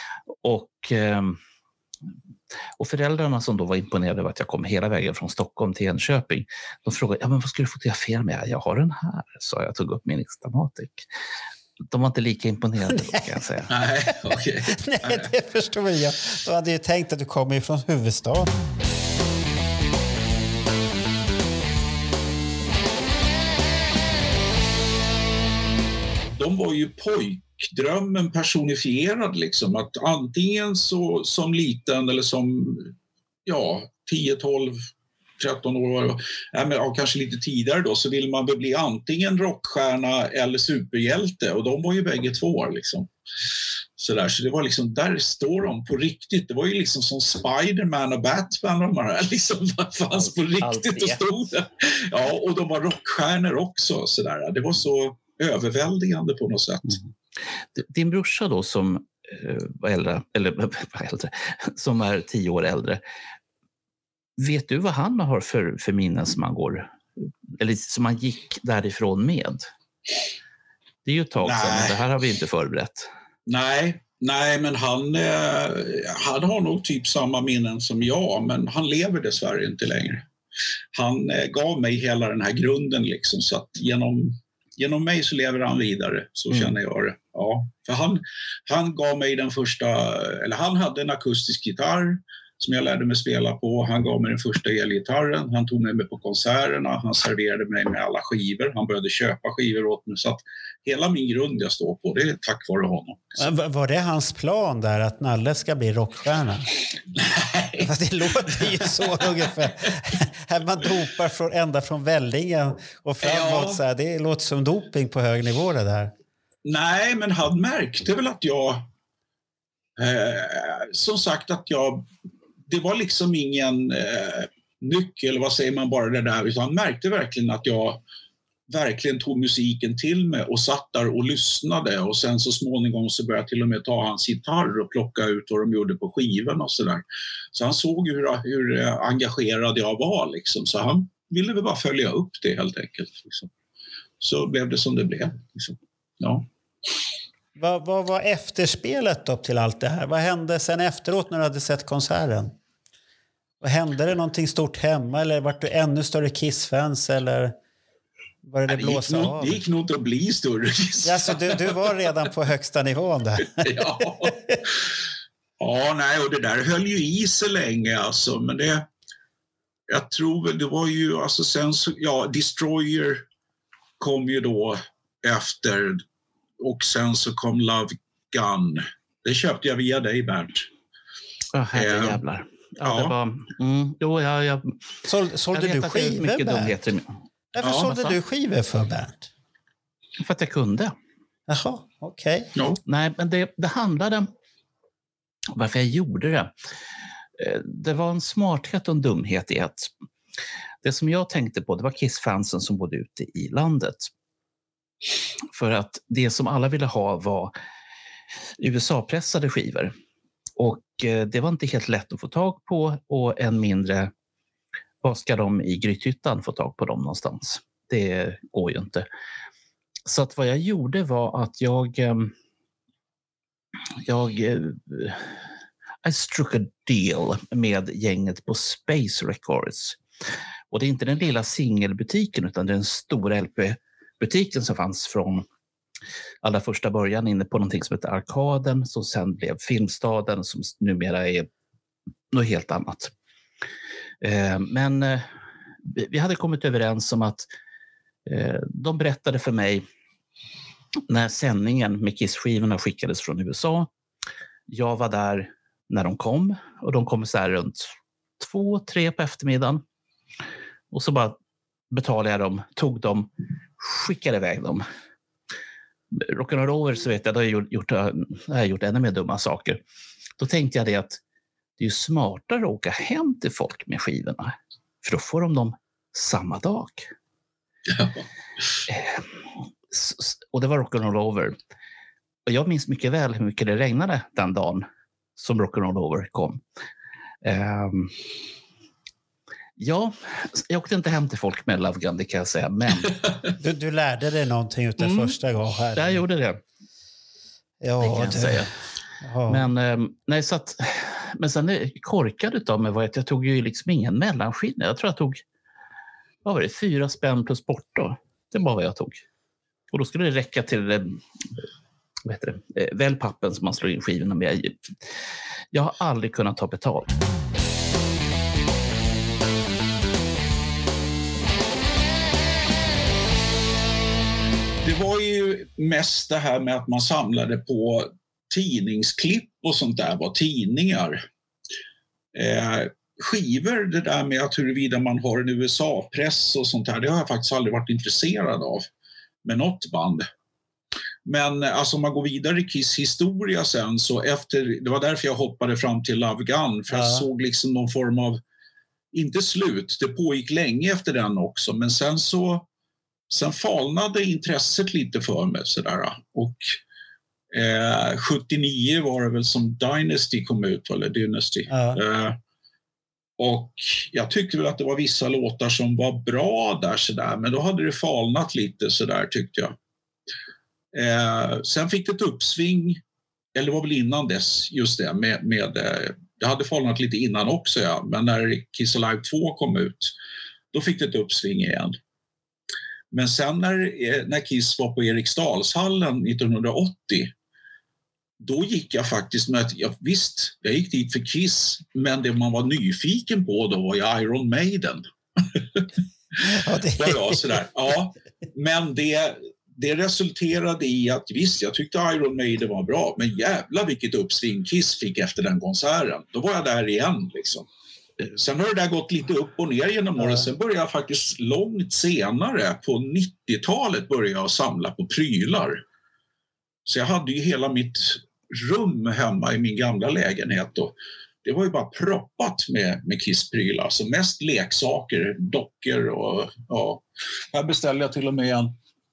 Och föräldrarna som då var imponerade över att jag kom hela vägen från Stockholm till Enköping, de frågade, men vad ska du fotografera med? Jag har den här, så jag tog upp min Instamatic. De var inte lika imponerade då, kan jag säga. Nej, okej. Nej, det förstår jag. De hade ju tänkt att du kommer från huvudstaden. De var ju pojkdrömmen personifierad liksom, att antingen så som liten eller som 10, 12, 13 år, kanske lite tidigare då, så vill man bli antingen rockstjärna eller superhjälte, och de var ju bägge två liksom. Så det var liksom, där står de på riktigt. Det var ju liksom som Spider-Man och Batman och de här liksom fanns på riktigt och stod där. Ja, och de var rockstjärnor också så där. Det var så överväldigande på något sätt. Din brorsa då som var äldre, som är 10 år äldre, vet du vad han har för minnen som man går, eller som man gick därifrån med? Det är ju ett tag sedan, men det här har vi inte förberett. Nej, men han har nog typ samma minnen som jag, men han lever dessvärre inte längre. Han gav mig hela den här grunden liksom, så att genom mig så lever han vidare, så känner jag det. Ja, för han gav mig den första, eller han hade en akustisk gitarr som jag lärde mig spela på. Han gav mig den första elgitarren. Han tog med mig på konserterna. Han serverade mig med alla skivor. Han började köpa skivor åt mig. Så att hela min grund jag står på, det är tack vare honom. Var det hans plan där, att Nalle ska bli rockstjärna? Nej. Fast det låter ju så ungefär. Man dopar ända från Vällingen och framåt. Ja. Så här. Det låter som doping på hög nivå det där. Nej, men han märkte väl att jag... som sagt att det var liksom ingen nyckel, vad säger man, bara det där. Utan han märkte verkligen att jag verkligen tog musiken till mig och satt där och lyssnade. Och sen så småningom så började jag till och med ta hans gitarr och plocka ut vad de gjorde på skivan och sådär. Så han såg hur engagerad jag var liksom. Så han ville väl bara följa upp det helt enkelt. Liksom. Så blev det som det blev. Liksom. Ja. Vad var efterspelet då till allt det här? Vad hände sen efteråt när du hade sett konserten? Och hände det någonting stort hemma, eller var du ännu större Kiss-fans, eller var det blåsa av? Det gick nog inte att bli större Kiss. Ja, så du var redan på högsta nivån där. Ja. Ja, nej, och det där höll ju i sig länge alltså, men jag tror väl det var ju alltså sen så, ja, Destroyer kom ju då efter, och sen så kom Love Gun. Det köpte jag via dig, Bernt. Herrejävlar. Ja, det var... Sålde du skivor, Bernt? Varför sålde du skivor för, Bernt? För att jag kunde. Jaha, okej. Okay. Ja. Nej, men det handlade... Varför jag gjorde det. Det var en smarthet och en dumhet i att det som jag tänkte på, det var Kiss-fansen som bodde ute i landet. För att det som alla ville ha var USA-pressade skivor. Och det var inte helt lätt att få tag på, och än mindre vad ska de i Grythyttan få tag på dem någonstans. Det går ju inte. Så att vad jag gjorde var att I struck a deal med gänget på Space Records. Och det är inte den lilla singelbutiken, utan den stora LP-butiken som fanns från allra första början inne på någonting som heter Arkaden, som sen blev Filmstaden, som numera är något helt annat. Men vi hade kommit överens om att de berättade för mig när sändningen med Kiss-skivorna skickades från USA. Jag var där när de kom, och de kom så här runt 2-3 på eftermiddagen. Och så bara betalade jag dem, tog dem, skickade iväg dem. Rock'n'Roll Over, så vet jag, då har jag gjort ännu mer dumma saker. Då tänkte jag det att det är ju smartare att åka hem till folk med skivorna. För då får de dem samma dag. Och det var Rock'n'Roll Over. Och jag minns mycket väl hur mycket det regnade den dagen som Rock'n'Roll Over kom. Ja, jag åkte inte hem till folk med Love Gun, det kan jag säga. Men... Du lärde dig någonting utav första gången här. Jag gjorde det. Ja, det kan jag säga. Ja. Men sen korkade utav mig var att jag tog ju liksom ingen mellanskillnad. Jag tror jag tog 4 spänn plus porto. Det var vad jag tog. Och då skulle det räcka till wellpappen som man slår in skivorna med. Jag har aldrig kunnat ta betalt. Det var ju mest det här med att man samlade på tidningsklipp och sånt där, var tidningar. Skivor, det där med att huruvida man har en USA-press och sånt här, det har jag faktiskt aldrig varit intresserad av med något band. Men alltså om man går vidare i Kiss historia sen, så det var därför jag hoppade fram till Love Gun, för jag såg liksom någon form av, inte slut, det pågick länge efter den också, men sen falnade intresset lite för mig sådär. Och 79 var det väl som Dynasty kom ut, eller Dynasty. Och jag tyckte väl att det var vissa låtar som var bra där sådär, men då hade det falnat lite sådär, tyckte jag. Sen fick det ett uppsving, eller det var väl innan dess, just det, med det hade falnat lite innan också, ja, men när Kiss Alive 2 kom ut, då fick det ett uppsving igen. Men sen när Kiss var på Eriksdalshallen 1980, då gick jag faktiskt med att jag gick dit för Kiss, men det man var nyfiken på då var ju Iron Maiden. Ja, men det resulterade i att visst, jag tyckte Iron Maiden var bra, men jävla vilket uppsving Kiss fick efter den konserten. Då var jag där igen liksom. Sen har det där gått lite upp och ner genom åren. Sen började jag faktiskt långt senare, på 90-talet, började jag samla på prylar. Så jag hade ju hela mitt rum hemma i min gamla lägenhet. Och det var ju bara proppat med Kiss-prylar. Så mest leksaker, dockor och ja. Här beställde jag till och med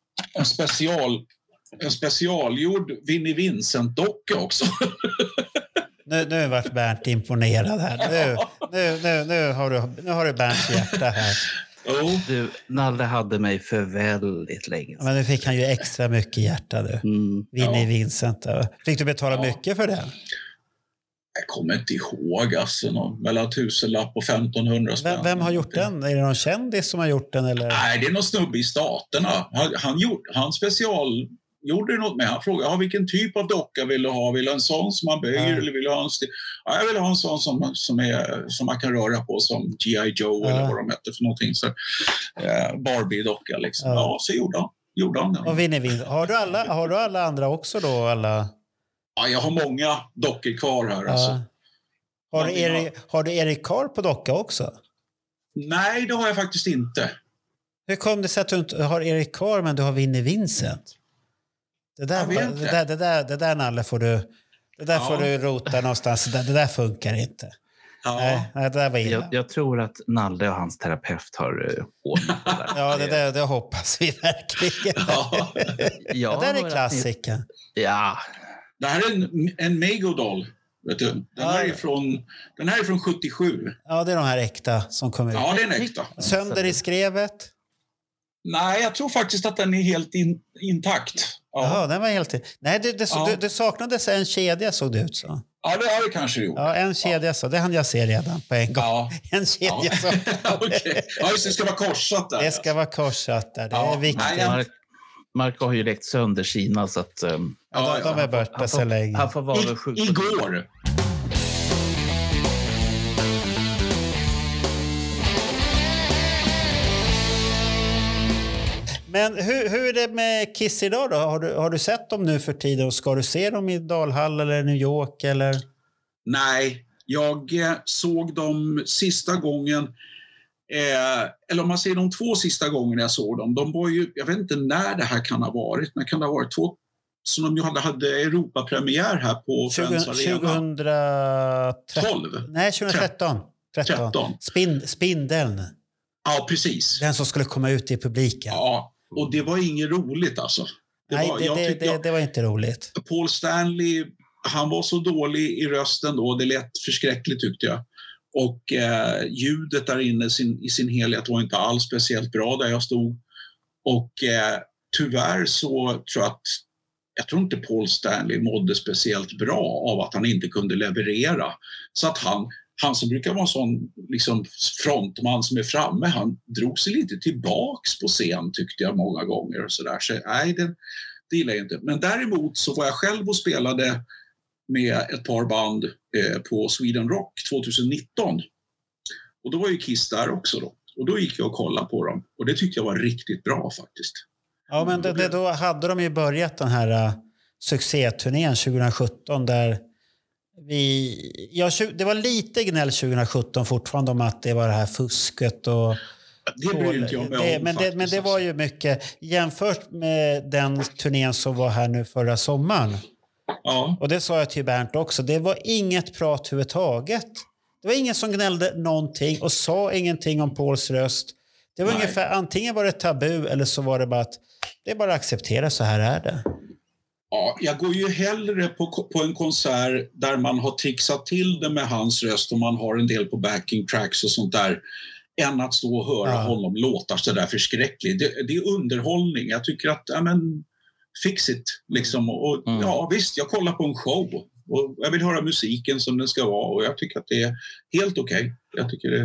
en specialgjord Vinnie Vincent-docka också. Nu vart Bernt imponerad här. Nu har du Bernts hjärta här. Du, Nalle hade mig för väldigt länge. Men nu fick han ju extra mycket hjärta du. Vinnie Vincent. Fick du betala mycket för det? Jag kommer inte ihåg. Alltså, mellan 1000-lapp och 1500 spänn. Vem har gjort den? Är det någon kändis som har gjort den? Eller? Nej, det är någon snubbe i staterna. Han gjorde något med. Han frågade vilken typ av docka vill du ha? Vill du ha en sån som man böjer eller vill du ha en jag vill ha en sån som man kan röra på som G.I. Joe eller vad de heter för någonting. Så, Barbie-docka liksom. Ja, så gjorde han den. Och Vinnie, har du alla andra också då? Alla? Ja, jag har många dockor kvar här. Alltså. Har du Erik Carr på docka också? Nej, det har jag faktiskt inte. Hur kom det sig att du inte har Erik Carr men du har Vinnie Vincent? Det där Nalle får du rota någonstans. Det där funkar inte. Ja. Nej, det där var illa. Jag tror att Nalle och hans terapeut har ordnat det där. Ja, det hoppas vi verkligen. Ja. Det där är klassiker. Ja. Det här är en Mego-doll. Den här är från 77. Ja, det är de här äkta som kommer ut. Ja, det är en äkta. Sönder i skrevet? Nej, jag tror faktiskt att den är helt intakt. Ja. Jaha, den var helt... Nej, det saknades en kedja, såg det ut så. Ja, det har det kanske gjort. Ja, en kedja så. Det hann jag se redan på en gång. Ja. En kedja så. Okay. Ja, just det ska vara korsat där. Det ska vara korsat där. Det är viktigt. Nej, Marco har ju lekt sönder Kina så att... de är borta så länge. Han får vara igår. Men hur är det med Kiss idag då? Har du sett dem nu för tiden och ska du se dem i Dalhall eller New York eller? Nej, jag såg dem sista gången eller om man ser de 2 sista gångerna jag såg dem. De var ju, jag vet inte när det här kan ha varit. När kan det ha varit? Så de hade Europapremiär här på Friends Arena. 2012? Nej, 2013. 13. Spindeln. Ja, precis. Den som skulle komma ut i publiken. Ja, och det var inget roligt alltså. Det var inte roligt. Paul Stanley, han var så dålig i rösten då. Det lät förskräckligt tyckte jag. Och ljudet där inne i sin helhet var inte alls speciellt bra där jag stod. Och tyvärr så tror jag tror inte Paul Stanley mådde speciellt bra av att han inte kunde leverera. Så att han som brukar vara en sån liksom, frontman som är framme, han drog sig lite tillbaks på scen tyckte jag många gånger. Och så där. Så nej, det gillar jag inte. Men däremot så var jag själv och spelade med ett par band på Sweden Rock 2019. Och då var ju Kiss där också då. Och då gick jag och kollade på dem. Och det tyckte jag var riktigt bra faktiskt. Ja, men då hade de ju börjat den här succéturnén 2017 där det var lite gnäll 2017 fortfarande om att det var det här fusket och... Det bryr inte jag med om, men det var ju mycket jämfört med den turnén som var här nu förra sommaren. Ja. Och det sa jag till Bernt också. Det var inget prat överhuvudtaget. Det var ingen som gnällde någonting och sa ingenting om Pauls röst. Det var ungefär, antingen var det tabu eller så var det bara att det är bara att acceptera, så här är det. Ja, jag går ju hellre på en konsert där man har trixat till det med hans röst och man har en del på backing tracks och sånt där än att stå och höra honom låta så där förskräckligt. Det är underhållning. Jag tycker att, fix it liksom. Och ja, visst, jag kollar på en show och jag vill höra musiken som den ska vara och jag tycker att det är helt okej. Jag tycker det,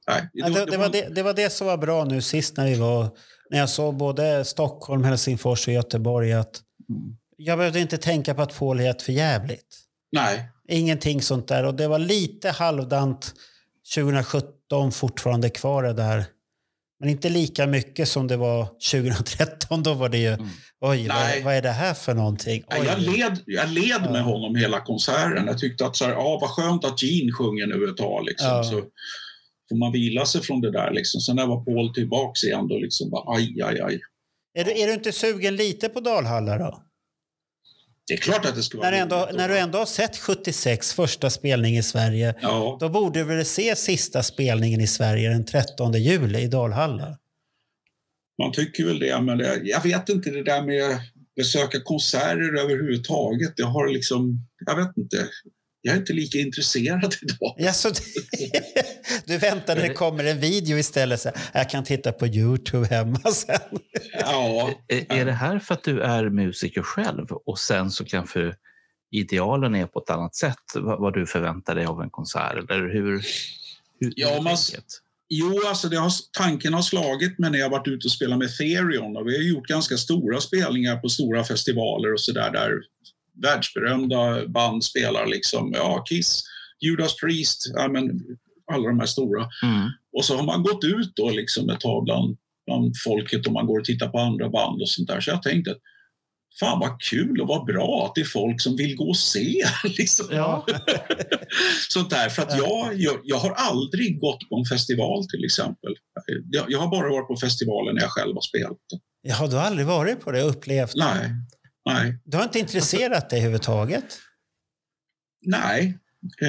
Det var det som var bra nu sist när jag såg både Stockholm, Helsingfors och Göteborg, att jag behövde inte tänka på att Paul är för jävligt. Nej. Ingenting sånt där. Och det var lite halvdant 2017 fortfarande kvar det där. Men inte lika mycket som det var 2013. Då var det ju, oj, vad är det här för någonting? Jag led med honom hela konserten. Jag tyckte att vad skönt att Gene sjunger nu ett tag. Liksom. Så får man vila sig från det där. Liksom. Sen när var Paul tillbaks igen då liksom bara aj. Är du inte sugen lite på Dalhalla då? Det är klart att det skulle vara när du ändå har sett 76 första spelning i Sverige, då borde du väl se sista spelningen i Sverige den 13 juli i Dalhalla. Man tycker väl det, men jag vet inte det där med besöka konserter överhuvudtaget. Jag har liksom, jag vet inte. Jag är inte lika intresserad idag. Ja, så du väntar när det kommer en video istället. Så jag kan titta på YouTube hemma sen. Ja. Är det här för att du är musiker själv och sen så kanske idealen är på ett annat sätt vad du förväntar dig av en konsert? Eller hur alltså tanken har slagit mig när jag varit ute och spelat med Therion. Och vi har gjort ganska stora spelningar på stora festivaler och sådär där världsberömda band spelar liksom, Kiss, Judas Priest, alla de här stora. Och så har man gått ut då liksom ett tag bland folket och man går och tittar på andra band och sånt där. Så jag tänkte att fan vad kul och vad bra att det är folk som vill gå och se liksom. Sånt där, för att jag har aldrig gått på en festival till exempel. Jag har bara varit på festivalen när jag själv har spelat. Ja, du har aldrig varit på det och upplevt? Nej. Du har inte intresserat dig överhuvudtaget? Nej,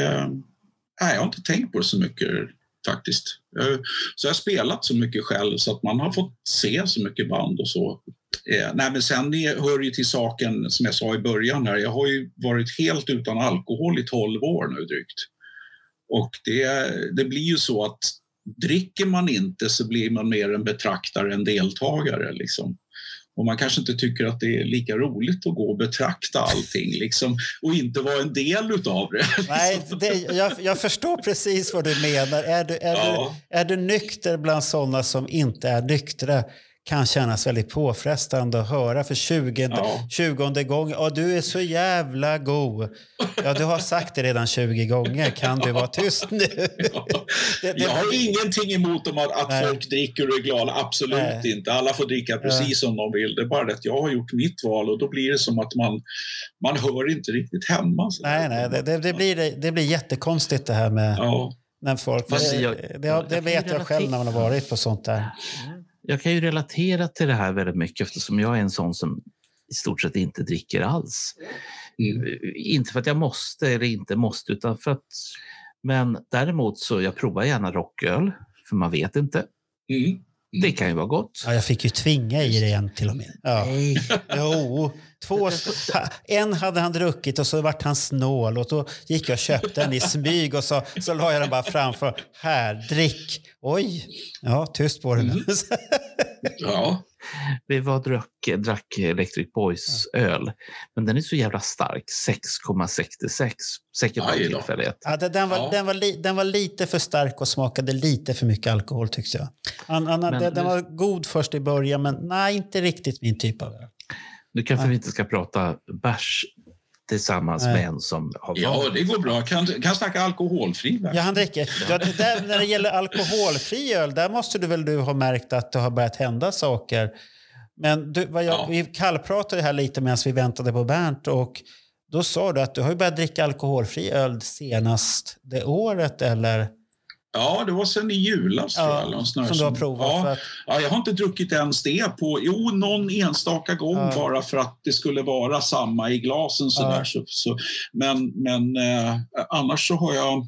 jag har inte tänkt på det så mycket faktiskt. Så jag har spelat så mycket själv så att man har fått se så mycket band och så. Men sen hör ju till saken som jag sa i början här. Jag har ju varit helt utan alkohol i 12 år nu drygt. Och det blir ju så att dricker man inte så blir man mer en betraktare än deltagare liksom. Och man kanske inte tycker att det är lika roligt att gå och betrakta allting liksom, och inte vara en del utav det. Nej, jag förstår precis vad du menar. Är du nykter bland sådana som inte är nyktra kan kännas väldigt påfrestande att höra för 20 gånger. Du är så jävla god. Ja, du har sagt det redan 20 gånger. Kan du vara tyst nu? Jag har ingenting emot att folk dricker och är glada. Absolut inte. Alla får dricka precis som de vill. Det är bara att jag har gjort mitt val och då blir det som att man hör inte riktigt hemma. Nej, det blir jättekonstigt det här med när folk... Det vet jag själv när man har varit på sånt där. Jag kan ju relatera till det här väldigt mycket eftersom jag är en sån som i stort sett inte dricker alls. Inte för att jag måste eller inte måste utan för att... Men däremot så jag provar gärna rocköl för man vet inte. Det kan ju vara gott. Ja, jag fick ju tvinga i det en till och med. Ja. Jo, en hade han druckit och så vart han snål och då gick jag och köpte den i smyg och så la jag den bara framför. Här, drick. Oj, tyst på den. Ja. Vi drack Electric Boys öl. Men den är så jävla stark. 6,66. Säkert på tillfällighet. Ja, den var lite för stark och smakade lite för mycket alkohol tyckte jag. Den var god först i början men nej, inte riktigt min typ av öl. Nu kanske vi inte ska prata bärs tillsammans med en som har... Ja, det går bra. Kan snacka alkoholfri bärs. Ja, han dricker. När det gäller alkoholfri öl, där måste du ha märkt att det har börjat hända saker. Men vi kallpratade här lite medan vi väntade på Bernt och då sa du att du har börjat dricka alkoholfri öl senast det året, eller? Ja, det var sen i julas tror jag. Som du har provat. Jag har inte druckit ens det på någon enstaka gång bara för att det skulle vara samma i glasen sådär. Men annars så har jag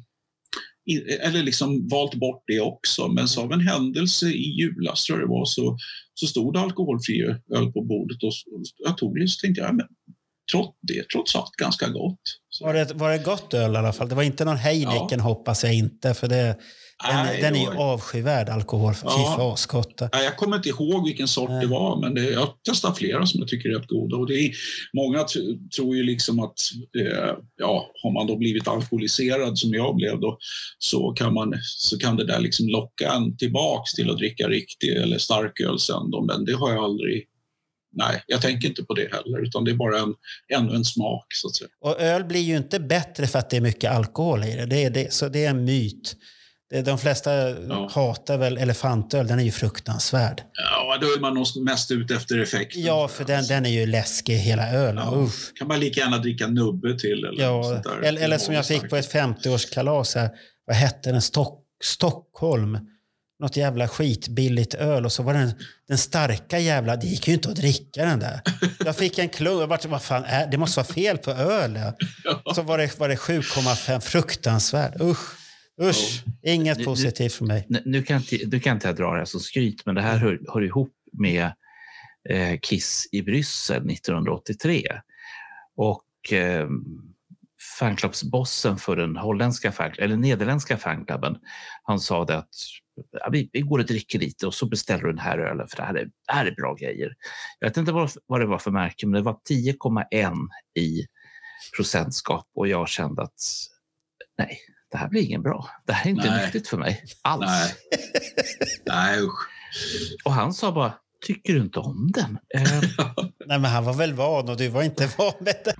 liksom valt bort det också. Men så av en händelse i julas tror jag det var så stod det alkoholfri öl på bordet och jag tog det och tänkte men det är trots allt ganska gott. Var det gott öl i alla fall? Det var inte någon Heineken, hoppas jag inte, för den är ju avskyvärd alkohol. Fy faskotta. Jag kommer inte ihåg vilken sort det var, men jag har testat flera som jag tycker är rätt goda. Och många tror ju liksom att har man då blivit alkoholiserad som jag blev då, så kan det där liksom locka en tillbaks till att dricka riktig eller starköl sen då, men det har jag aldrig. Nej, jag tänker inte på det heller, utan det är bara ännu en smak så att säga. Och öl blir ju inte bättre för att det är mycket alkohol i det. Så det är en myt. De flesta hatar väl elefantöl, den är ju fruktansvärd. Ja, då är man nog mest ut efter effekten. Ja, för den är ju läskig hela ölen. Ja, kan man lika gärna dricka nubbe till. Eller som jag fick på ett 50-årskalas här, vad hette den? Stockholm. Något jävla skitbilligt öl, och så var den starka jävla, det gick ju inte att dricka den där. Jag fick en klunk, vad fan det måste vara fel på öl. Så var det 7,5, fruktansvärt. Usch, inget positivt för mig. Du kan inte dra det här som skryt, men det här hör ihop med Kiss i Bryssel 1983. Och fanklubbsbossen för den nederländska fanklubben, han sa det att vi går och dricker lite och så beställer du den här ölen, för det här är bra grejer. Jag vet inte vad det var för märke, men det var 10,1 i procentskap, och jag kände att nej, det här blir ingen bra. Det här är inte nyttigt för mig alls. Nej, usch. Och han sa bara, tycker du inte om den? Nej, men han var väl van, och du var inte van med det.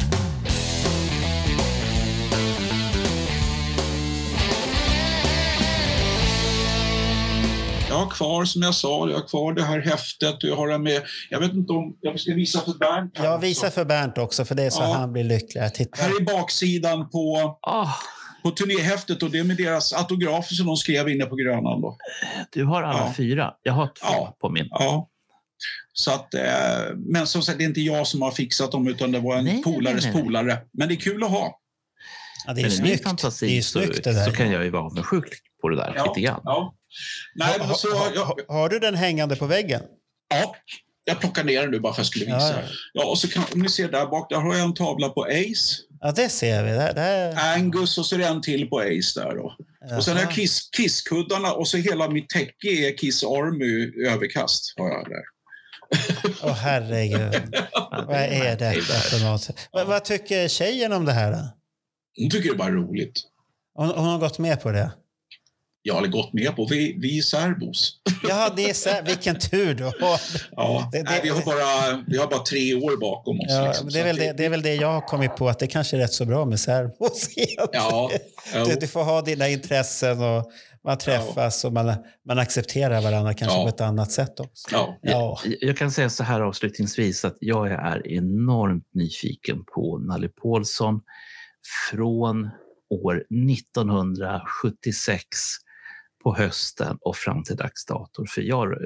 Jag har kvar, som jag sa, jag har kvar det här häftet och jag har det med, jag vet inte om jag ska visa för Bernt. Jag visar för Bernt också, för det är så han blir lycklig. Titta. Här är baksidan på turnéhäftet, och det är med deras autografer som de skrev inne på Grönan då. Du har alla 4. Jag har 2 på min. Ja. Så att, men som sagt, det är inte jag som har fixat dem, utan det var en polares polare. Men det är kul att ha. Ja, det är snyggt. Fantasi, det är snyggt det där. Så kan jag ju vara avundsjuk på det där lite grann. Ja. Nej, har du den hängande på väggen? Ja, jag plockar ner den nu bara för att jag skulle visa. Ja, och så om ni ser där bak, där har jag en tavla på Ace. Ja, det ser vi. Där. Angus, och så är det en till på Ace där då. Jaha. Och sen har jag Kiss-kuddarna, och så hela mitt täcke är Kiss Army överkast har jag där. Herregud. Vad är det för något? Vad tycker tjejen om det här då? Hon tycker det är bara roligt. Hon har gått med på det? Jag har gått med på. Vi är särbos. Ja, det är vilken tur du har. Ja, vi har bara 3 år bakom oss. Ja, liksom, det är väl det jag har kommit på, att det kanske är rätt så bra med särbos. Ja. Du får ha dina intressen, och man träffas och man accepterar varandra kanske på ett annat sätt också. Ja. Jag kan säga så här avslutningsvis, att jag är enormt nyfiken på Nalle Pålsson från år 1976 på hösten och fram till dags dator. För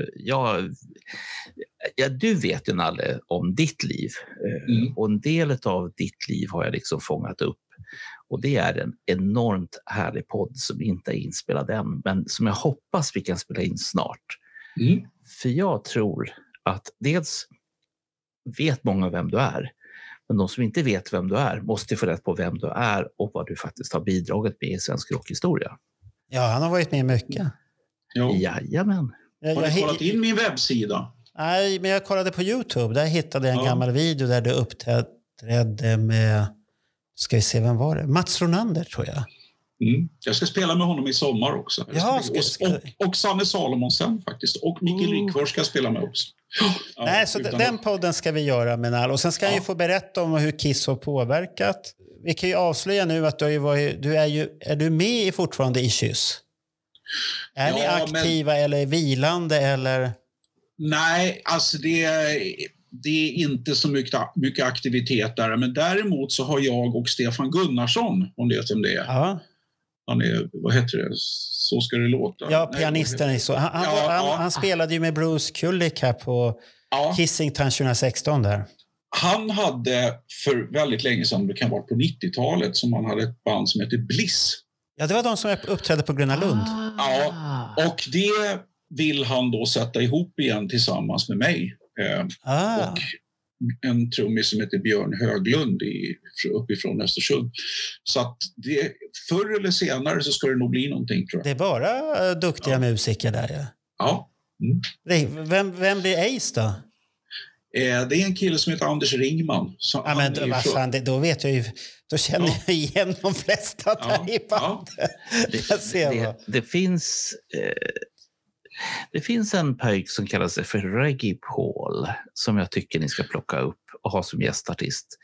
du vet ju, Nalle, om ditt liv. Och en del av ditt liv har jag liksom fångat upp. Och det är en enormt härlig podd som inte är inspelad än, men som jag hoppas vi kan spela in snart. För jag tror att dels vet många vem du är, men de som inte vet vem du är måste få rätt på vem du är och vad du faktiskt har bidragit med i svensk rockhistoria. Ja, han har varit med mycket. Jajamän. Har du kollat in min webbsida? Nej, men jag kollade på YouTube. Där hittade jag en gammal video där du uppträdde med, ska vi se, vem var det? Mats Ronander, tror jag. Jag ska spela med honom i sommar också. Och Sanne Salomonsen faktiskt. Och Mikael Rickfors ska spela med också. Nej, så den podden ska vi göra med Nalle. Och sen ska han ju få berätta om hur Kiss har påverkat. Vi kan ju avslöja nu att är du med fortfarande i Kyss? Är ni aktiva eller vilande eller? Nej, alltså det är inte så mycket aktivitet där. Men däremot så har jag och Stefan Gunnarsson, om det är som det är. Ja. Han är, vad heter det? Så ska det låta. Ja, pianisten är så. Han spelade ju med Bruce Kulick här på Kissington 2016 där. Han hade för väldigt länge sedan, det kan vara på 90-talet, som han hade ett band som heter Bliss. Ja, det var de som uppträdde på Gröna Lund. Ja, och det vill han då sätta ihop igen tillsammans med mig. en trummis som heter Björn Höglund uppifrån Östersund. Så att förr eller senare så ska det nog bli någonting, tror jag. Det är bara duktiga musiker där, ja. Ja. Vem blir Ace då? Det är en kille som heter Anders Ringman. Ja, men vad fan, då vet jag ju, då känner jag igen de flesta där i bandet. Det finns en pöjk som kallar sig för Reggie Paul som jag tycker ni ska plocka upp och ha som gästartist.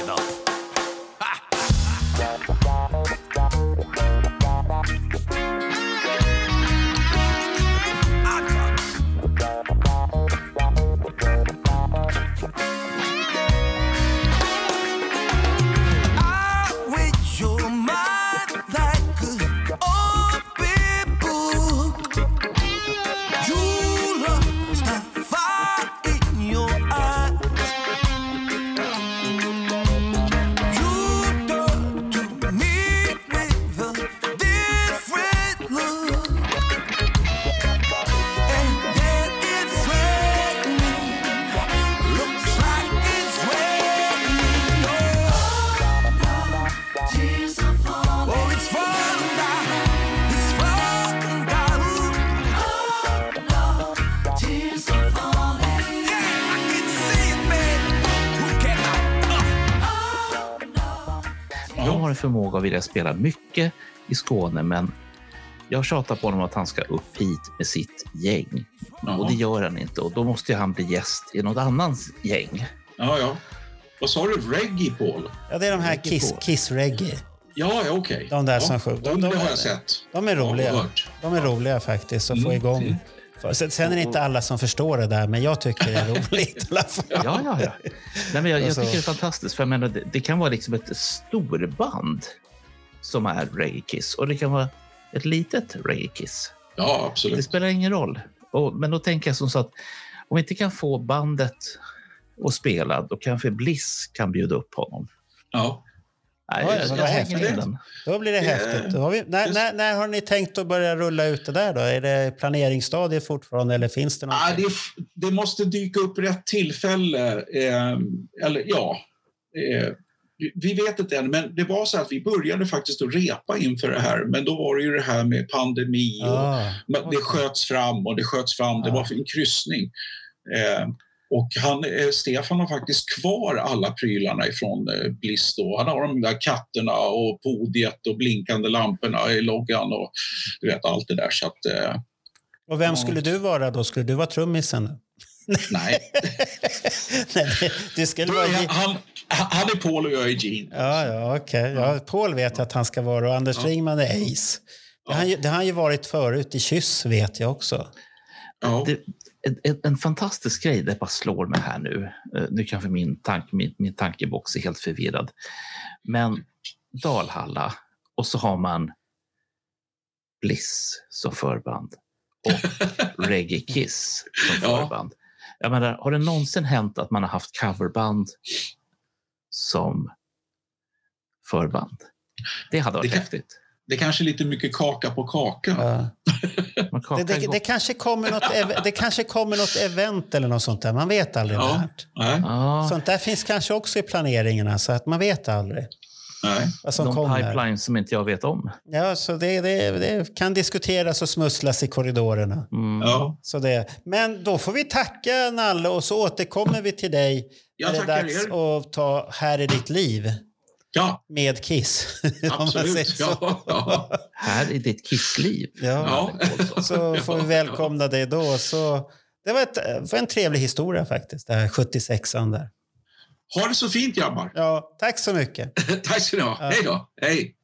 Förmåga att vilja spela mycket i Skåne, men jag tjatar på honom att han ska upp hit med sitt gäng. Och det gör han inte, och då måste han bli gäst i något annans gäng. Ja. Vad sa du? Reggie Paul? Ja, det är de här Kiss Reggae. Ja, okej. De där som sjunger. De har jag sett. De är roliga. De är roliga faktiskt att få igång. Sen är det inte alla som förstår det där, men jag tycker det är roligt i alla fall. Ja. Nej, men jag tycker det är fantastiskt, för jag menar, det kan vara liksom ett storband som är Reggae Kiss, och det kan vara ett litet Reggae Kiss. Ja, absolut. Det spelar ingen roll. Men då tänker jag som så att om vi inte kan få bandet att spela, då kanske Bliss kan bjuda upp honom. Ja. Då blir det häftigt. När har ni tänkt att börja rulla ut det där då? Är det planeringsstadiet fortfarande, eller finns det något? Det måste dyka upp rätt tillfälle. Vi vet inte än, men det var så att vi började faktiskt att repa inför det här, men då var det ju det här med pandemi och det sköts fram. Det var en kryssning. Och Stefan har faktiskt kvar alla prylarna ifrån Bliss då. Han har de där katterna och podiet och blinkande lamporna i loggan och du vet allt det där. Så att, och vem skulle du vara då? Skulle du vara trummisen? Nej. Du skulle vara... han är Paul och jag är Gene. Ja, okej. Ja, Paul vet jag att han ska vara, och Anders Ringman är Ace. Det har han ju varit förut i Kyss, vet jag också. Ja. En fantastisk grej, det bara slår mig här nu. Nu kanske min tankebox är helt förvirrad. Men Dalhalla, och så har man Bliss som förband och Reggae Kiss som förband. Jag menar, har det någonsin hänt att man har haft coverband som förband? Det hade varit häftigt. Det är kanske lite mycket kaka på kaka. Ja. Det kanske kommer något event eller något sånt där. Man vet aldrig. Sånt där finns kanske också i planeringarna, så att man vet aldrig. De pipelines som inte jag vet om. Ja, så det kan diskuteras och smusslas i korridorerna. Så men då får vi tacka Nalle, och så återkommer vi till dig. Jag det är dags att ta Här i ditt liv. Ja. Med Kiss. Absolut. Här i ditt Kiss-liv. Så får vi välkomna dig då. Så det var en trevlig historia faktiskt, det här 76an där. Ha det så fint, grabbar. Ja, tack så mycket. Tack ska ni ha. Hej då. Hej.